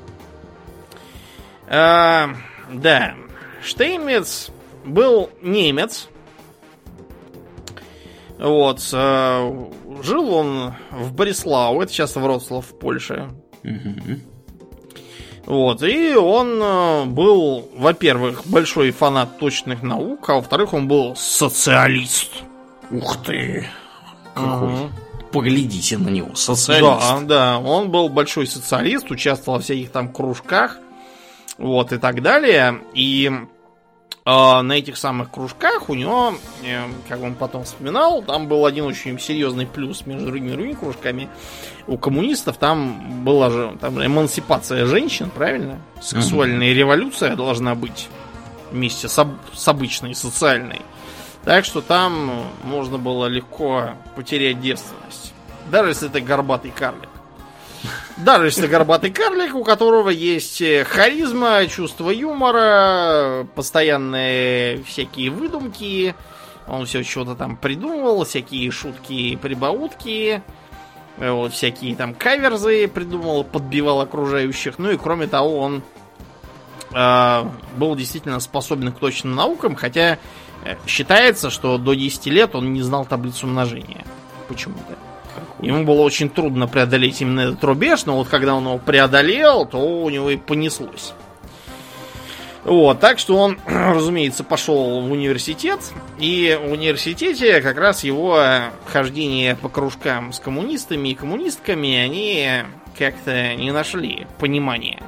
Да, Штейнмитц был немец. Вот. Жил он в Бреслау, это сейчас Вроцлав в Польше. Вот. И он был, во-первых, большой фанат точных наук, а во-вторых, он был социалист. Ух ты! Какой? Поглядите на него, социалист. Да, он был большой социалист, участвовал во всяких там кружках, вот, и так далее. И на этих самых кружках у него, как он потом вспоминал, там был один очень серьезный плюс между другими кружками. У коммунистов там была же там эмансипация женщин, правильно? Сексуальная революция должна быть вместе с обычной социальной. Так что там можно было легко потерять девственность. Даже если это горбатый карлик. Даже если горбатый карлик, у которого есть харизма, чувство юмора, постоянные всякие выдумки. Он все что-то там придумывал, всякие шутки, прибаутки, вот, всякие там каверзы придумывал, подбивал окружающих. Ну и кроме того, он был действительно способен к точным наукам, хотя считается, что до 10 лет он не знал таблицу умножения. Почему-то. Ему было очень трудно преодолеть именно этот рубеж, но вот когда он его преодолел, то у него и понеслось. Вот, так что он, разумеется, пошел в университет, и в университете как раз его хождение по кружкам с коммунистами и коммунистками, они как-то не нашли понимания.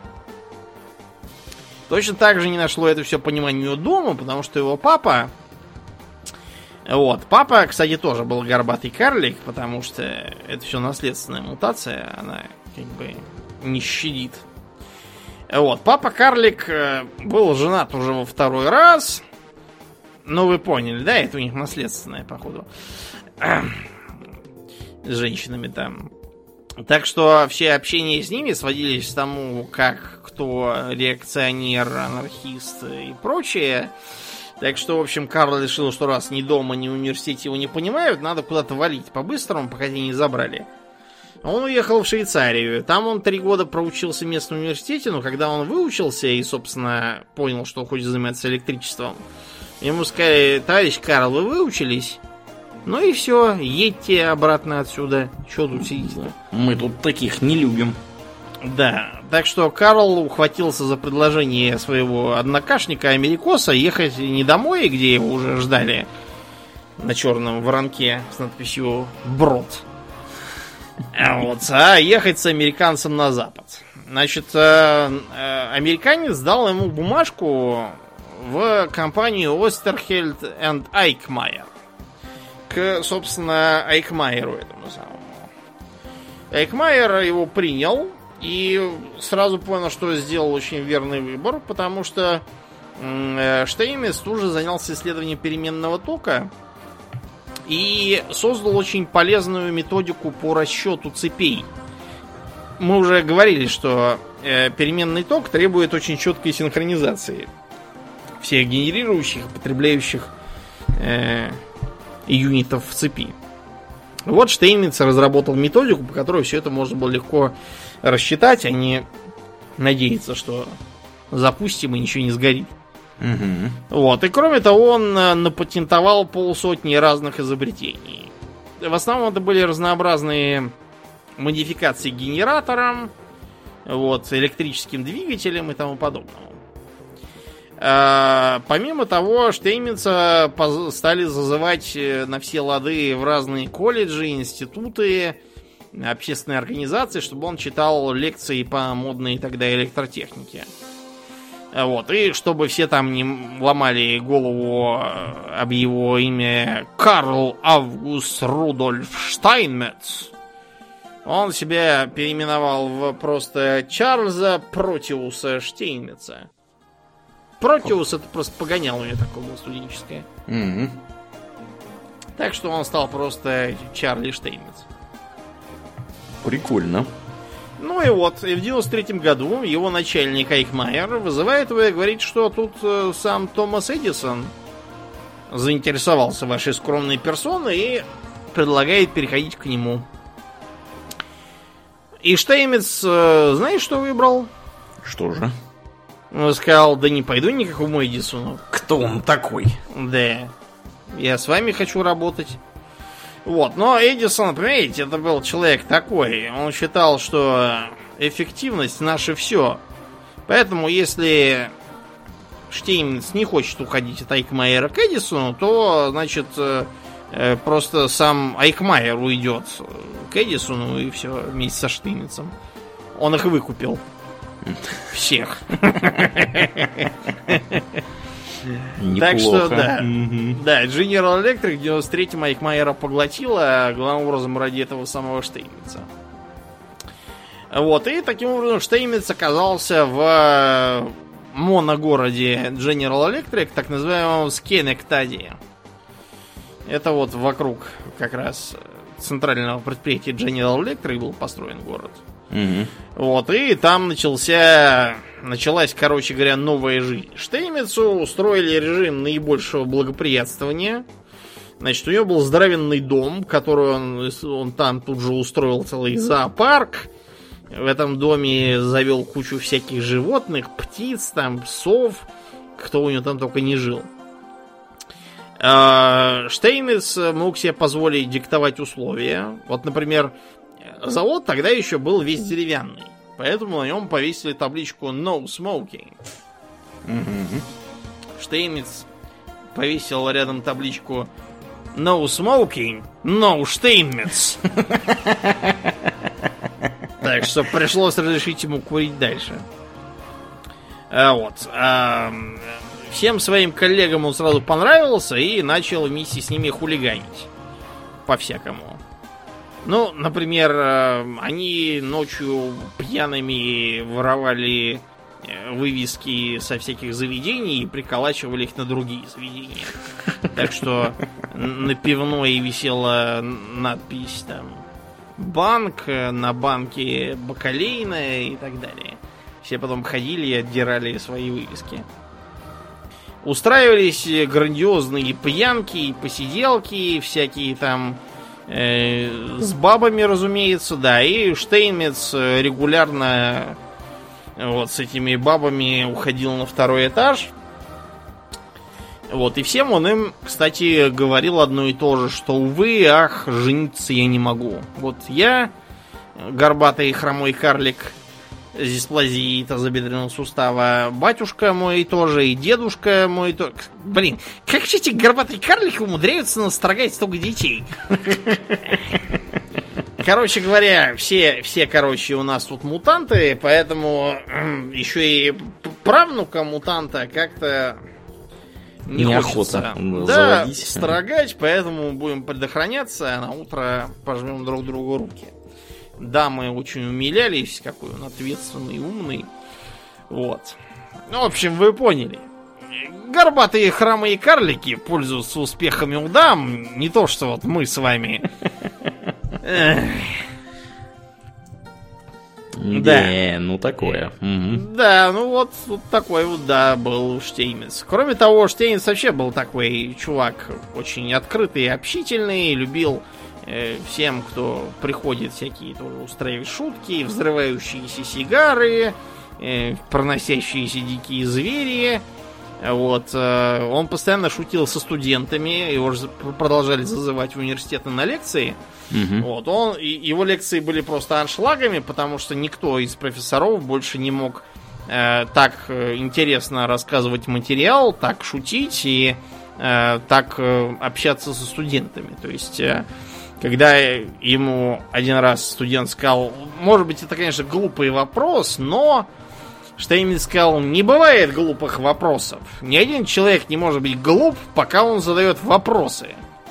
Точно так же не нашло это все понимание у него дома, потому что его папа... Вот, папа, кстати, тоже был горбатый карлик, потому что это все наследственная мутация, она как бы не щадит. Вот, папа карлик был женат уже во второй раз. Ну, вы поняли, да? Это у них наследственное, походу. с женщинами там. Так что все общения с ними сводились к тому, как кто реакционер, анархист и прочее. Так что, в общем, Карл решил, что раз ни дома, ни в университете его не понимают, надо куда-то валить по-быстрому, пока те не забрали. Он уехал в Швейцарию. Там он 3 года проучился в местном университете, но когда он выучился и, собственно, понял, что хочет заниматься электричеством, ему сказали: товарищ Карл, вы выучились? Ну и все, едьте обратно отсюда. Че тут сидите? Мы тут таких не любим. Да, так что Карл ухватился за предложение своего однокашника-америкоса ехать не домой, где его уже ждали на черном воронке с надписью «Брод», а ехать с американцем на запад. Значит, американец дал ему бумажку в компанию Oesterheld and Eichmeier. К, собственно, Айкмайеру этому самому. Айкмайер его принял и сразу понял, что сделал очень верный выбор, потому что Штейнмец тут же занялся исследованием переменного тока и создал очень полезную методику по расчету цепей. Мы уже говорили, что переменный ток требует очень четкой синхронизации всех генерирующих, потребляющих юнитов в цепи. Вот Штейнмец разработал методику, по которой все это можно было легко рассчитать, а не надеяться, что запустим и ничего не сгорит. Вот. И кроме того, он напатентовал 500 разных изобретений. В основном это были разнообразные модификации к генераторам, вот, электрическим двигателям и тому подобному. Помимо того, Штейнмеца стали зазывать на все лады в разные колледжи, институты, общественные организации, чтобы он читал лекции по модной тогда электротехнике. Вот. И чтобы все там не ломали голову об его имя Карл Август Рудольф Штейнмец, он себя переименовал в просто Чарльза Протиуса Штейнмеца. Протиус — это просто погоняло такое было студенческое. Так что он стал просто Чарли Штейнмец. Прикольно. Ну и вот, и в 93-м году его начальник Айкмайер вызывает его и говорит, что тут сам Томас Эдисон заинтересовался вашей скромной персоной и предлагает переходить к нему. И Штейнмец, знаешь, что выбрал? Что же? Он сказал: да не пойду никакому Эдисону. Кто он такой? Да, я с вами хочу работать. Вот, но Эдисон, понимаете, это был человек такой. Он считал, что эффективность наше все. Поэтому, если Штейнмец не хочет уходить от Айкмайера к Эдисону, то, значит, просто сам Айкмайер уйдет к Эдисону и все вместе со Штейнмецем. Он их выкупил. Всех. Неплохо. Так что, да. Да, General Electric в 93-м Айкмайера поглотила, главным образом ради этого самого Штейнмеца. Вот, и таким образом Штейнмец оказался в моногороде General Electric, так называемом Скенектаде. Это вот вокруг как раз центрального предприятия General Electric был построен город. Вот, и там началась, короче говоря, новая жизнь. Штейнмецу устроили режим наибольшего благоприятствования. Значит, у него был здоровенный дом, который он там тут же устроил целый зоопарк. В этом доме завел кучу всяких животных, птиц, там, псов, кто у него там только не жил. Штейнмец мог себе позволить диктовать условия. Вот, например, завод тогда еще был весь деревянный, поэтому на нем повесили табличку "No Smoking". Штейнмец повесил рядом табличку "No Smoking, No Штейнмец". Так что пришлось разрешить ему курить дальше. Вот. Всем своим коллегам он сразу понравился и начал вместе с ними хулиганить. По-всякому. Ну, например, они ночью пьяными воровали вывески со всяких заведений и приколачивали их на другие заведения. Так что на пивной висела надпись там банк, на банке бакалейная и так далее. Все потом ходили и отдирали свои вывески. Устраивались грандиозные пьянки, посиделки, всякие там с бабами, разумеется, да. И Штейнмец регулярно вот с этими бабами уходил на второй этаж. Вот, и всем он им, кстати, говорил одно и то же, что, увы, ах, жениться я не могу. Вот я, горбатый хромой карлик с дисплазией тазобедренного сустава, батюшка мой тоже, и дедушка мой тоже. Блин, как же эти горбатые карлики умудряются настрогать столько детей? Короче говоря, все, короче, у нас тут мутанты, поэтому еще и правнука мутанта как-то... Неохота заводить. Строгать, поэтому будем предохраняться, а на утро пожмем друг другу руки. Дамы очень умилялись, какой он ответственный, умный. Вот. Ну, в общем, вы поняли. Горбатые хромые карлики пользуются успехами у дам, не то что вот мы с вами. Да, ну такое. Да, ну вот такой вот, да, был Штейнмец. Кроме того, Штейнмец вообще был такой чувак очень открытый и общительный, любил всем, кто приходит, всякие тоже устраивать шутки, взрывающиеся сигары, проносящиеся дикие звери. Вот. Он постоянно шутил со студентами, его же продолжали зазывать в университеты на лекции. Вот, его лекции были просто аншлагами, потому что никто из профессоров больше не мог так интересно рассказывать материал, так шутить и так общаться со студентами. То есть, когда ему один раз студент сказал, может быть, это, конечно, глупый вопрос, но Штейнмец сказал, не бывает глупых вопросов. Ни один человек не может быть глуп, пока он задает вопросы.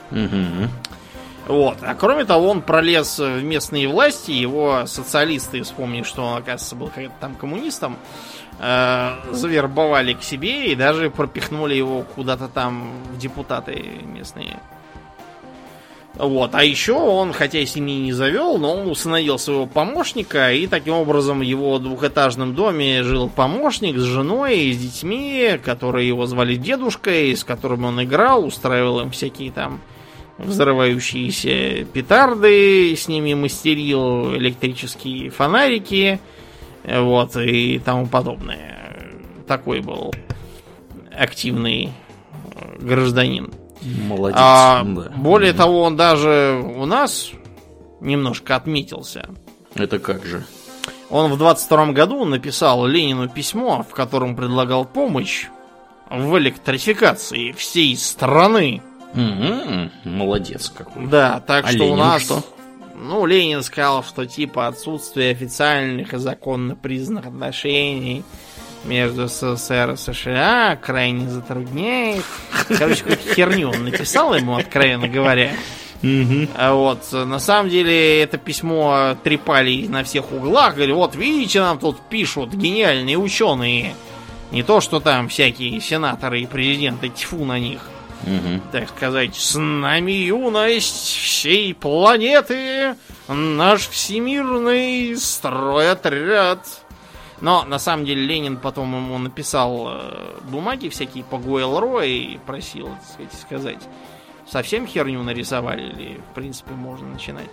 Вот. А кроме того, он пролез в местные власти, его социалисты, вспомнив, что он, оказывается, был каким-то там коммунистом, завербовали к себе и даже пропихнули его куда-то там в депутаты местные. Вот. А еще он, хотя и семьи не завел, но он усыновил своего помощника, и таким образом в его двухэтажном доме жил помощник с женой и с детьми, которые его звали дедушкой, с которыми он играл, устраивал им всякие там взрывающиеся петарды, с ними мастерил электрические фонарики, вот, и тому подобное. Такой был активный гражданин. Молодец. Да. Более того, он даже у нас немножко отметился. Это как же? Он в 22 году написал Ленину письмо, в котором предлагал помощь в электрификации всей страны. Молодец какой. Да, так что Ленин у нас... что? Ну, Ленин сказал, что типа отсутствие официальных и законно признанных отношений между СССР и США крайне затрудняет. Короче, какую-то херню он написал ему, откровенно говоря. А вот, на самом деле, это письмо трепали на всех углах. Говорили, вот, видите, нам тут пишут гениальные ученые. Не то, что там всякие сенаторы и президенты, тьфу на них. Так сказать, с нами юность всей планеты, наш всемирный стройотряд. Но на самом деле Ленин потом ему написал бумаги всякие по Гойл-Ро и просил, так сказать, совсем херню нарисовали или в принципе можно начинать.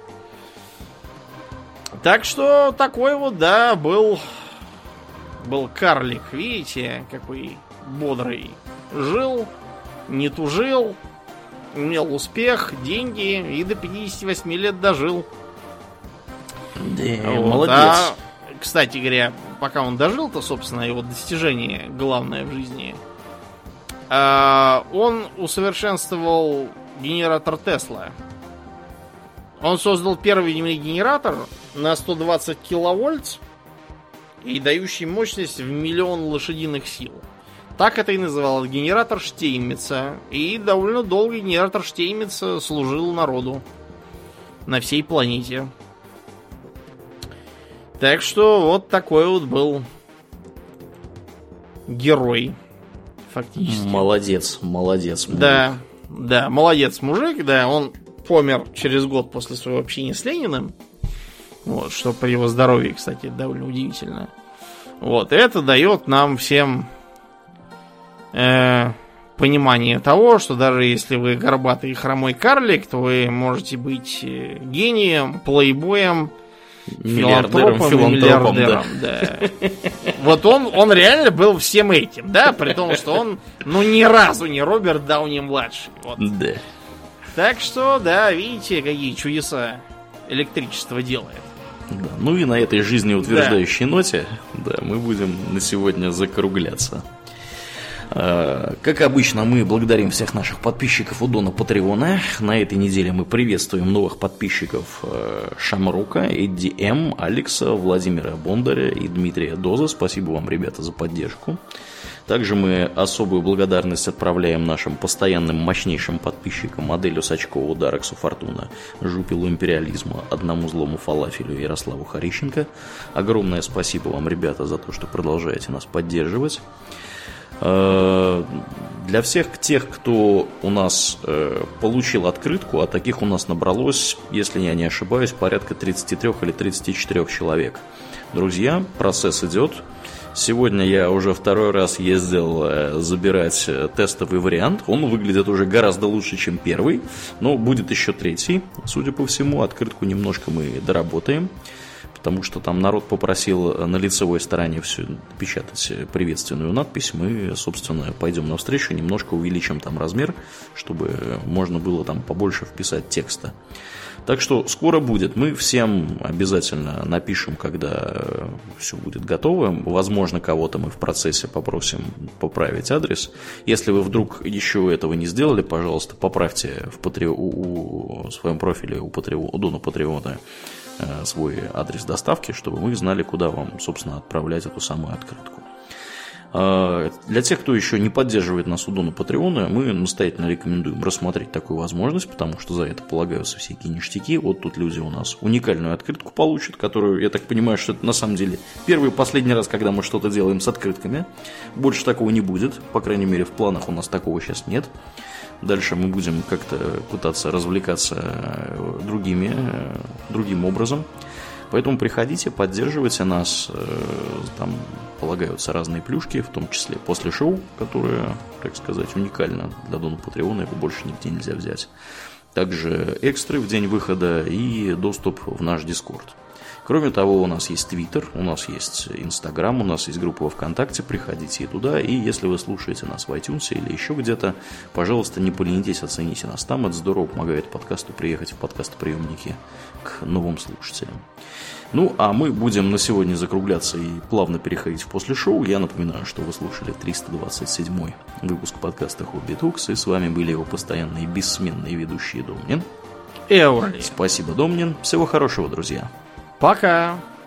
Так что такой вот, да, был карлик, видите, какой бодрый. Жил, не тужил, имел успех, деньги и до 58 лет дожил. Да, вот. молодец. Кстати говоря, пока он дожил-то, собственно, его достижение главное в жизни, он усовершенствовал генератор Тесла. Он создал первый генератор на 120 киловольт и дающий мощность в 1 миллион лошадиных сил. Так это и называлось, генератор Штейнмеца. И довольно долго генератор Штейнмеца служил народу на всей планете. Так что вот такой вот был герой, фактически. Молодец. Мужик. Да, молодец мужик, да, он помер через год после своего общения с Лениным. Вот, что при его здоровье, кстати, довольно удивительно. Вот, это дает нам всем понимание того, что даже если вы горбатый и хромой карлик, то вы можете быть гением, плейбоем, филантропом, да. Вот он реально был всем этим, да, при том, что он, ни разу не Роберт Дауни-младший. Вот. Да. Так что, да, видите, какие чудеса электричество делает. Да. Ну и на этой жизнеутверждающей ноте, да, мы будем на сегодня закругляться. Как обычно, мы благодарим всех наших подписчиков у Дона Патреона. На этой неделе мы приветствуем новых подписчиков Шамрука, Эдди М, Алекса, Владимира Бондаря и Дмитрия Доза. Спасибо вам, ребята, за поддержку. Также мы особую благодарность отправляем нашим постоянным мощнейшим подписчикам Аделю Сачкову, Дарексу Фортуна, Жупилу Империализма, Одному Злому Фалафелю и Ярославу Харищенко. Огромное спасибо вам, ребята, за то, что продолжаете нас поддерживать. Для всех тех, кто у нас получил открытку, а таких у нас набралось, если я не ошибаюсь, порядка 33 или 34 человек. Друзья, процесс идет. Сегодня я уже второй раз ездил забирать тестовый вариант. Он выглядит уже гораздо лучше, чем первый, но будет еще третий. Судя по всему, открытку немножко мы доработаем, потому что там народ попросил на лицевой стороне все печатать приветственную надпись. Мы, собственно, пойдем навстречу, немножко увеличим там размер, чтобы можно было там побольше вписать текста. Так что скоро будет. Мы всем обязательно напишем, когда все будет готово. Возможно, кого-то мы в процессе попросим поправить адрес. Если вы вдруг еще этого не сделали, пожалуйста, поправьте в своем профиле у Дона Патреона свой адрес доставки, чтобы мы знали, куда вам, собственно, отправлять эту самую открытку. Для тех, кто еще не поддерживает нас у Дона Патреона, мы настоятельно рекомендуем рассмотреть такую возможность, потому что за это полагаются всякие ништяки. Вот тут люди у нас уникальную открытку получат, которую, я так понимаю, что это на самом деле первый и последний раз, когда мы что-то делаем с открытками. Больше такого не будет, по крайней мере, в планах у нас такого сейчас нет. Дальше мы будем как-то пытаться развлекаться другим образом. Поэтому приходите, поддерживайте нас. Там полагаются разные плюшки, в том числе после шоу, которое, так сказать, уникально для Дона Патреона, его больше нигде нельзя взять. Также экстры в день выхода и доступ в наш Дискорд. Кроме того, у нас есть Твиттер, у нас есть Инстаграм, у нас есть группа во ВКонтакте, приходите и туда. И если вы слушаете нас в iTunes или еще где-то, пожалуйста, не поленитесь, оцените нас там. Это здорово помогает подкасту приехать в подкастоприемники к новым слушателям. Ну, а мы будем на сегодня закругляться и плавно переходить в после шоу. Я напоминаю, что вы слушали 327-й выпуск подкаста Хобби Токс, и с вами были его постоянные бессменные ведущие Домнин и Ауралий. Спасибо, Домнин. Всего хорошего, друзья. Пока!